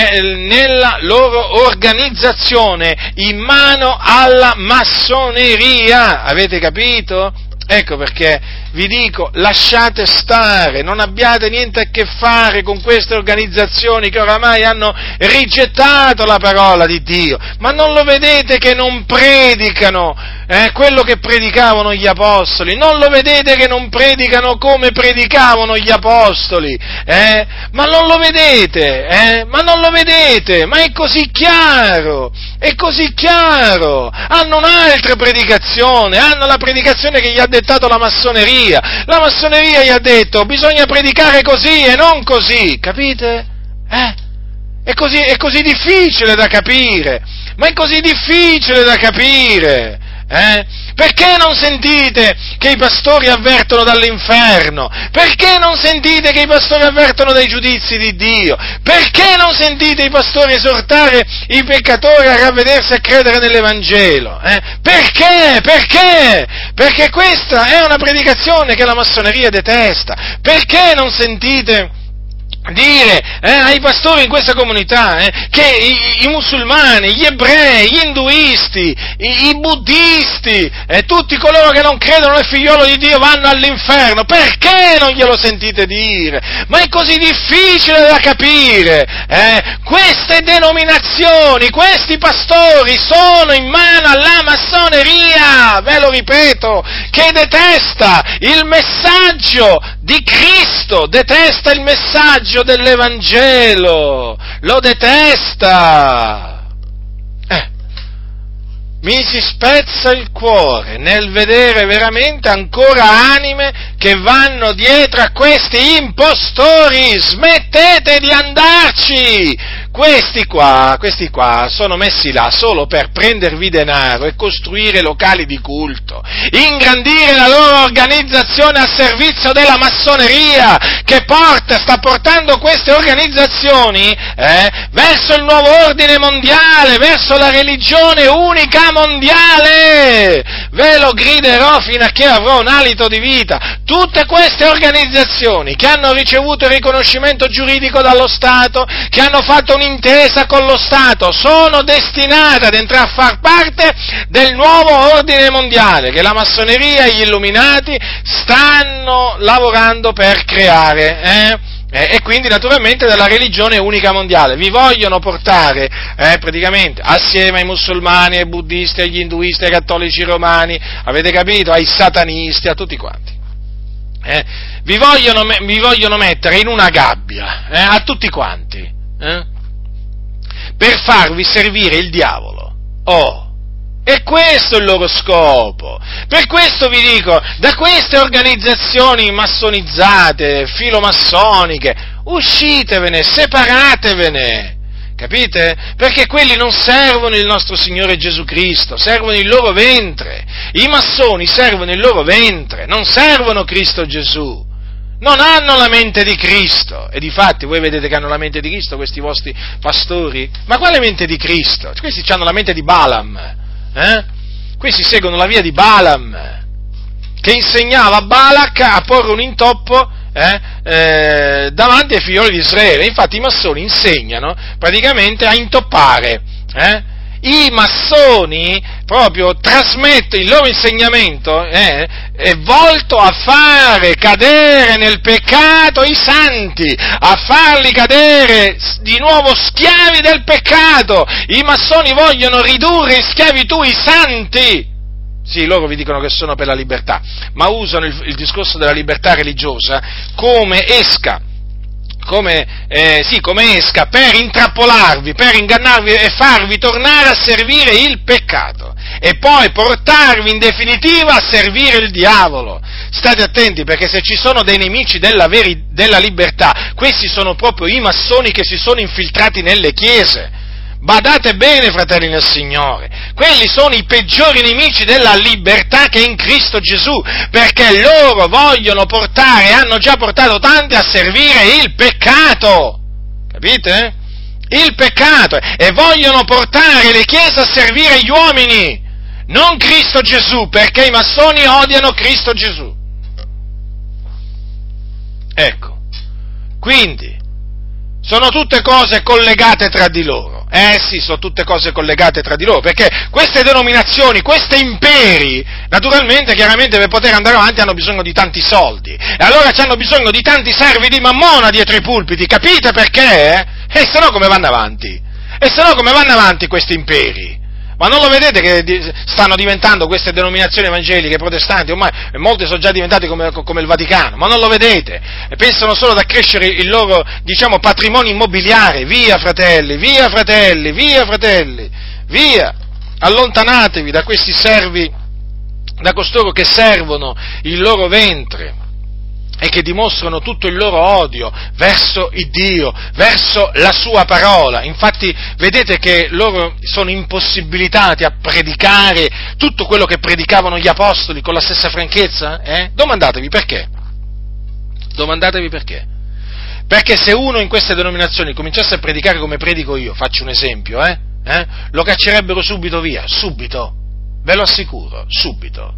nella loro organizzazione, in mano alla massoneria. Avete capito? Ecco perché vi dico, lasciate stare, non abbiate niente a che fare con queste organizzazioni che oramai hanno rigettato la parola di Dio. Ma non lo vedete che non predicano eh, quello che predicavano gli apostoli? Non lo vedete che non predicano come predicavano gli apostoli? Eh? Ma non lo vedete? Eh? Ma non lo vedete? Ma è così chiaro, è così chiaro. Hanno un'altra predicazione, hanno la predicazione che gli ha dettato la massoneria. La massoneria gli ha detto: bisogna predicare così e non così, capite? Eh? È così, è così difficile da capire, ma è così difficile da capire. Eh? Perché non sentite che i pastori avvertono dall'inferno? Perché non sentite che i pastori avvertono dai giudizi di Dio? Perché non sentite i pastori esortare i peccatori a ravvedersi e a credere nell'Evangelo? Eh? Perché? Perché? Perché questa è una predicazione che la massoneria detesta. Perché non sentite dire eh, ai pastori in questa comunità eh, che i, i musulmani, gli ebrei, gli induisti, i, i buddisti, eh, tutti coloro che non credono nel figliolo di Dio vanno all'inferno? Perché non glielo sentite dire? Ma è così difficile da capire. Eh? Queste denominazioni, questi pastori sono in mano alla massoneria, ve lo ripeto, che detesta il messaggio di Cristo, detesta il messaggio dell'Evangelo, lo detesta. Eh, mi si spezza il cuore nel vedere veramente ancora anime che vanno dietro a questi impostori. Smettete di andarci! Questi qua, questi qua sono messi là solo per prendervi denaro e costruire locali di culto, ingrandire la loro organizzazione a servizio della massoneria, che porta, sta portando queste organizzazioni eh, verso il nuovo ordine mondiale, verso la religione unica mondiale. Ve lo griderò fino a che avrò un alito di vita. Tutte queste organizzazioni che hanno ricevuto il riconoscimento giuridico dallo Stato, che hanno fatto un'intesa con lo Stato, sono destinate ad entrare a far parte del nuovo ordine mondiale che la massoneria e gli illuminati stanno lavorando per creare, eh? Eh, e quindi naturalmente della religione unica mondiale. Vi vogliono portare eh, praticamente assieme ai musulmani, ai buddisti, agli induisti, ai cattolici romani, avete capito? Ai satanisti, a tutti quanti. Eh, vi, vogliono, vi vogliono mettere in una gabbia, eh, a tutti quanti, eh, per farvi servire il diavolo. Oh! E questo è il loro scopo. Per questo vi dico, da queste organizzazioni massonizzate, filomassoniche, uscitevene, separatevene, capite? Perché quelli non servono il nostro Signore Gesù Cristo, servono il loro ventre. I massoni servono il loro ventre, non servono Cristo Gesù. Non hanno la mente di Cristo, e difatti voi vedete che hanno la mente di Cristo questi vostri pastori? Ma quale mente di Cristo? Questi hanno la mente di Balaam. Eh? Questi seguono la via di Balaam, che insegnava a Balak a porre un intoppo eh, eh, davanti ai figlioli di Israele. Infatti i massoni insegnano praticamente a intoppare. Eh? I massoni proprio trasmettono, il loro insegnamento eh, è volto a fare cadere nel peccato i santi, a farli cadere di nuovo schiavi del peccato. I massoni vogliono ridurre in schiavitù i santi. Sì, loro vi dicono che sono per la libertà, ma usano il, il discorso della libertà religiosa come esca. Come, eh, sì, come esca per intrappolarvi, per ingannarvi e farvi tornare a servire il peccato e poi portarvi in definitiva a servire il diavolo. State attenti, perché se ci sono dei nemici della, veri, della libertà, questi sono proprio i massoni che si sono infiltrati nelle chiese. Badate bene, fratelli nel Signore, quelli sono i peggiori nemici della libertà che è in Cristo Gesù, perché loro vogliono portare, hanno già portato tanti a servire il peccato, capite? Il peccato, e vogliono portare le chiese a servire gli uomini, non Cristo Gesù, perché i massoni odiano Cristo Gesù. Ecco, quindi, sono tutte cose collegate tra di loro. Eh sì, sono tutte cose collegate tra di loro, perché queste denominazioni, questi imperi, naturalmente, chiaramente per poter andare avanti hanno bisogno di tanti soldi, e allora hanno bisogno di tanti servi di Mammona dietro i pulpiti, capite perché? E se no come vanno avanti? E se no come vanno avanti questi imperi? Ma non lo vedete che stanno diventando queste denominazioni evangeliche protestanti? Ormai molte sono già diventate come, come il Vaticano, ma non lo vedete? E pensano solo ad accrescere il loro, diciamo, patrimonio immobiliare. Via fratelli, via fratelli, via fratelli, via! Allontanatevi da questi servi, da costoro che servono il loro ventre e che dimostrano tutto il loro odio verso il Dio, verso la sua parola. Infatti vedete che loro sono impossibilitati a predicare tutto quello che predicavano gli apostoli con la stessa franchezza? Eh? Domandatevi perché. Domandatevi perché. Perché se uno in queste denominazioni cominciasse a predicare come predico io, faccio un esempio, eh? Eh? Lo caccerebbero subito via, subito, ve lo assicuro, subito.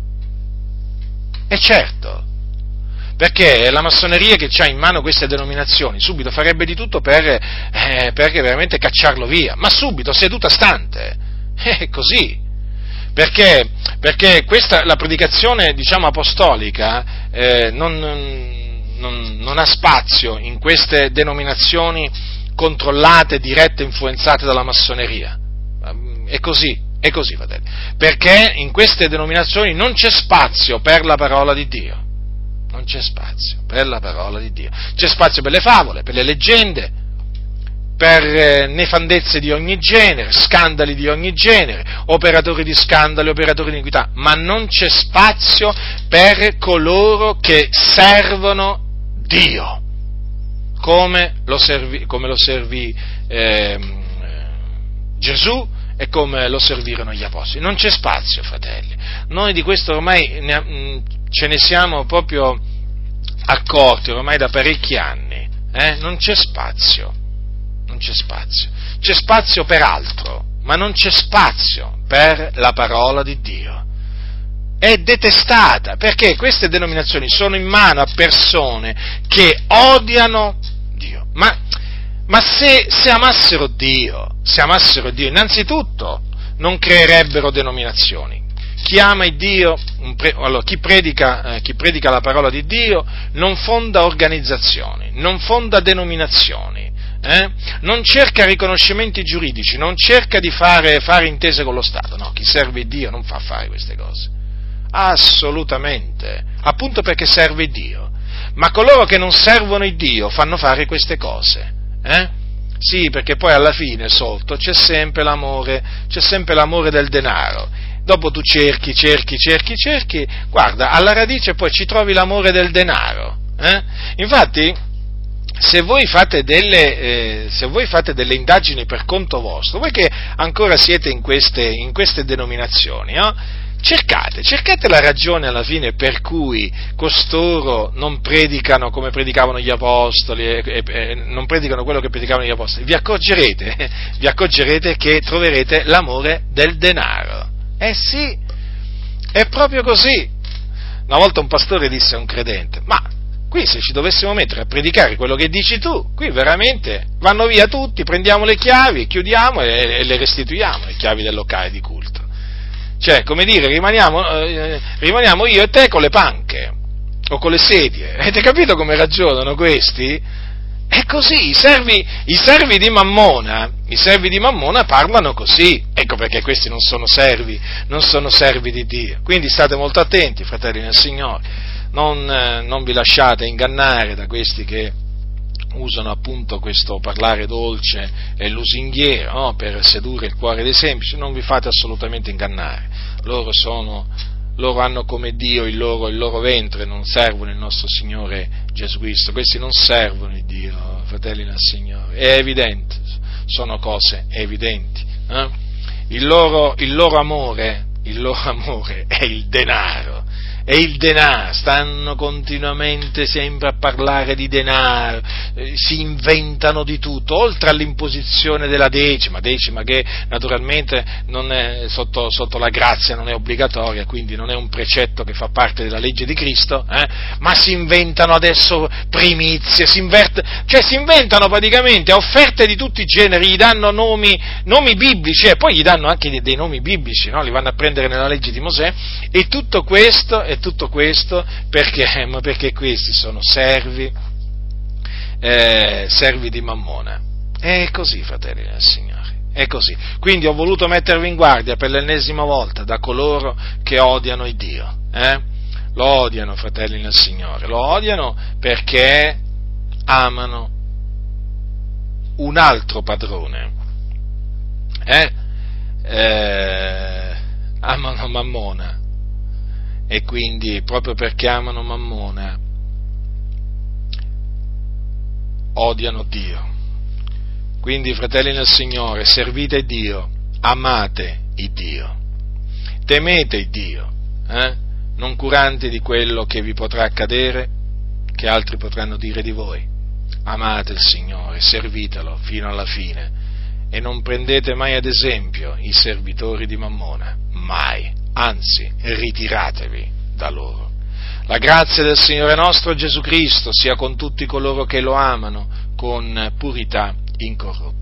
E certo, perché la massoneria che ha in mano queste denominazioni subito farebbe di tutto per, eh, per veramente cacciarlo via, ma subito, seduta stante, è così, perché, perché questa, la predicazione, diciamo, apostolica eh, non, non, non ha spazio in queste denominazioni controllate, dirette, influenzate dalla massoneria, è così. È così, fratelli, perché in queste denominazioni non c'è spazio per la parola di Dio, non c'è spazio per la parola di Dio, c'è spazio per le favole, per le leggende, per eh, nefandezze di ogni genere, scandali di ogni genere, operatori di scandali, operatori di iniquità, ma non c'è spazio per coloro che servono Dio, come lo servì, come lo servì eh, Gesù, e come lo servirono gli apostoli. Non c'è spazio, fratelli. Noi di questo ormai ne, ce ne siamo proprio accorti, ormai da parecchi anni. Eh? Non c'è spazio. Non c'è spazio. C'è spazio per altro, ma non c'è spazio per la parola di Dio. È detestata, perché queste denominazioni sono in mano a persone che odiano Dio. Ma Ma se, se amassero Dio, se amassero Dio, innanzitutto non creerebbero denominazioni. Chi ama il Dio, allora, chi predica, eh, chi predica la parola di Dio non fonda organizzazioni, non fonda denominazioni, eh? Non cerca riconoscimenti giuridici, non cerca di fare, fare intese con lo Stato. No, chi serve Dio non fa fare queste cose. Assolutamente, appunto perché serve Dio. Ma coloro che non servono il Dio fanno fare queste cose. Eh? Sì, perché poi alla fine sotto c'è sempre l'amore, c'è sempre l'amore del denaro. Dopo tu cerchi, cerchi, cerchi, cerchi, guarda, alla radice poi ci trovi l'amore del denaro. Eh? Infatti, se voi fate delle, eh, se voi fate delle indagini per conto vostro, voi che ancora siete in queste, in queste denominazioni, no? Cercate, cercate la ragione alla fine per cui costoro non predicano come predicavano gli apostoli, e, e, e non predicano quello che predicavano gli apostoli. Vi accorgerete, vi accorgerete che troverete l'amore del denaro. Eh sì, è proprio così. Una volta un pastore disse a un credente: ma qui se ci dovessimo mettere a predicare quello che dici tu, qui veramente vanno via tutti, prendiamo le chiavi, chiudiamo e, e le restituiamo, le chiavi del locale di culto. Cioè, come dire, rimaniamo, eh, rimaniamo io e te con le panche, o con le sedie. Avete capito come ragionano questi? È così, i servi, i servi di Mammona, i servi di Mammona parlano così. Ecco perché questi non sono servi, non sono servi di Dio. Quindi state molto attenti, fratelli nel Signore, non, eh, non vi lasciate ingannare da questi che usano appunto questo parlare dolce e lusinghiero, no? Per sedurre il cuore dei semplici. Non vi fate assolutamente ingannare, loro sono, loro hanno come Dio il loro, il loro ventre, non servono il nostro Signore Gesù Cristo. Questi non servono il Dio, fratelli nel Signore, è evidente, sono cose evidenti, eh? il, loro, il loro amore, il loro amore è il denaro, e il denaro, stanno continuamente sempre a parlare di denaro, eh, si inventano di tutto, oltre all'imposizione della decima, decima che naturalmente non è, sotto, sotto la grazia non è obbligatoria, quindi non è un precetto che fa parte della legge di Cristo, eh, ma si inventano adesso primizie, si invert- cioè si inventano praticamente offerte di tutti i generi, gli danno nomi, nomi biblici e poi gli danno anche dei, dei nomi biblici, no? Li vanno a prendere nella legge di Mosè, e tutto questo, e tutto questo perché? Ma perché questi sono servi, eh, servi di Mammona. È così, fratelli del Signore, è così. Quindi ho voluto mettervi in guardia per l'ennesima volta da coloro che odiano il Dio, eh? Lo odiano, fratelli nel Signore, lo odiano perché amano un altro padrone, eh? Eh, amano Mammona, e quindi proprio perché amano Mammona odiano Dio. Quindi, fratelli nel Signore, servite Dio, amate il Dio, temete il Dio, eh? non curanti di quello che vi potrà accadere, che altri potranno dire di voi. Amate il Signore, servitelo fino alla fine, e non prendete mai ad esempio i servitori di Mammona, mai, anzi, ritiratevi da loro. La grazia del Signore nostro Gesù Cristo sia con tutti coloro che lo amano con purità incorrotta.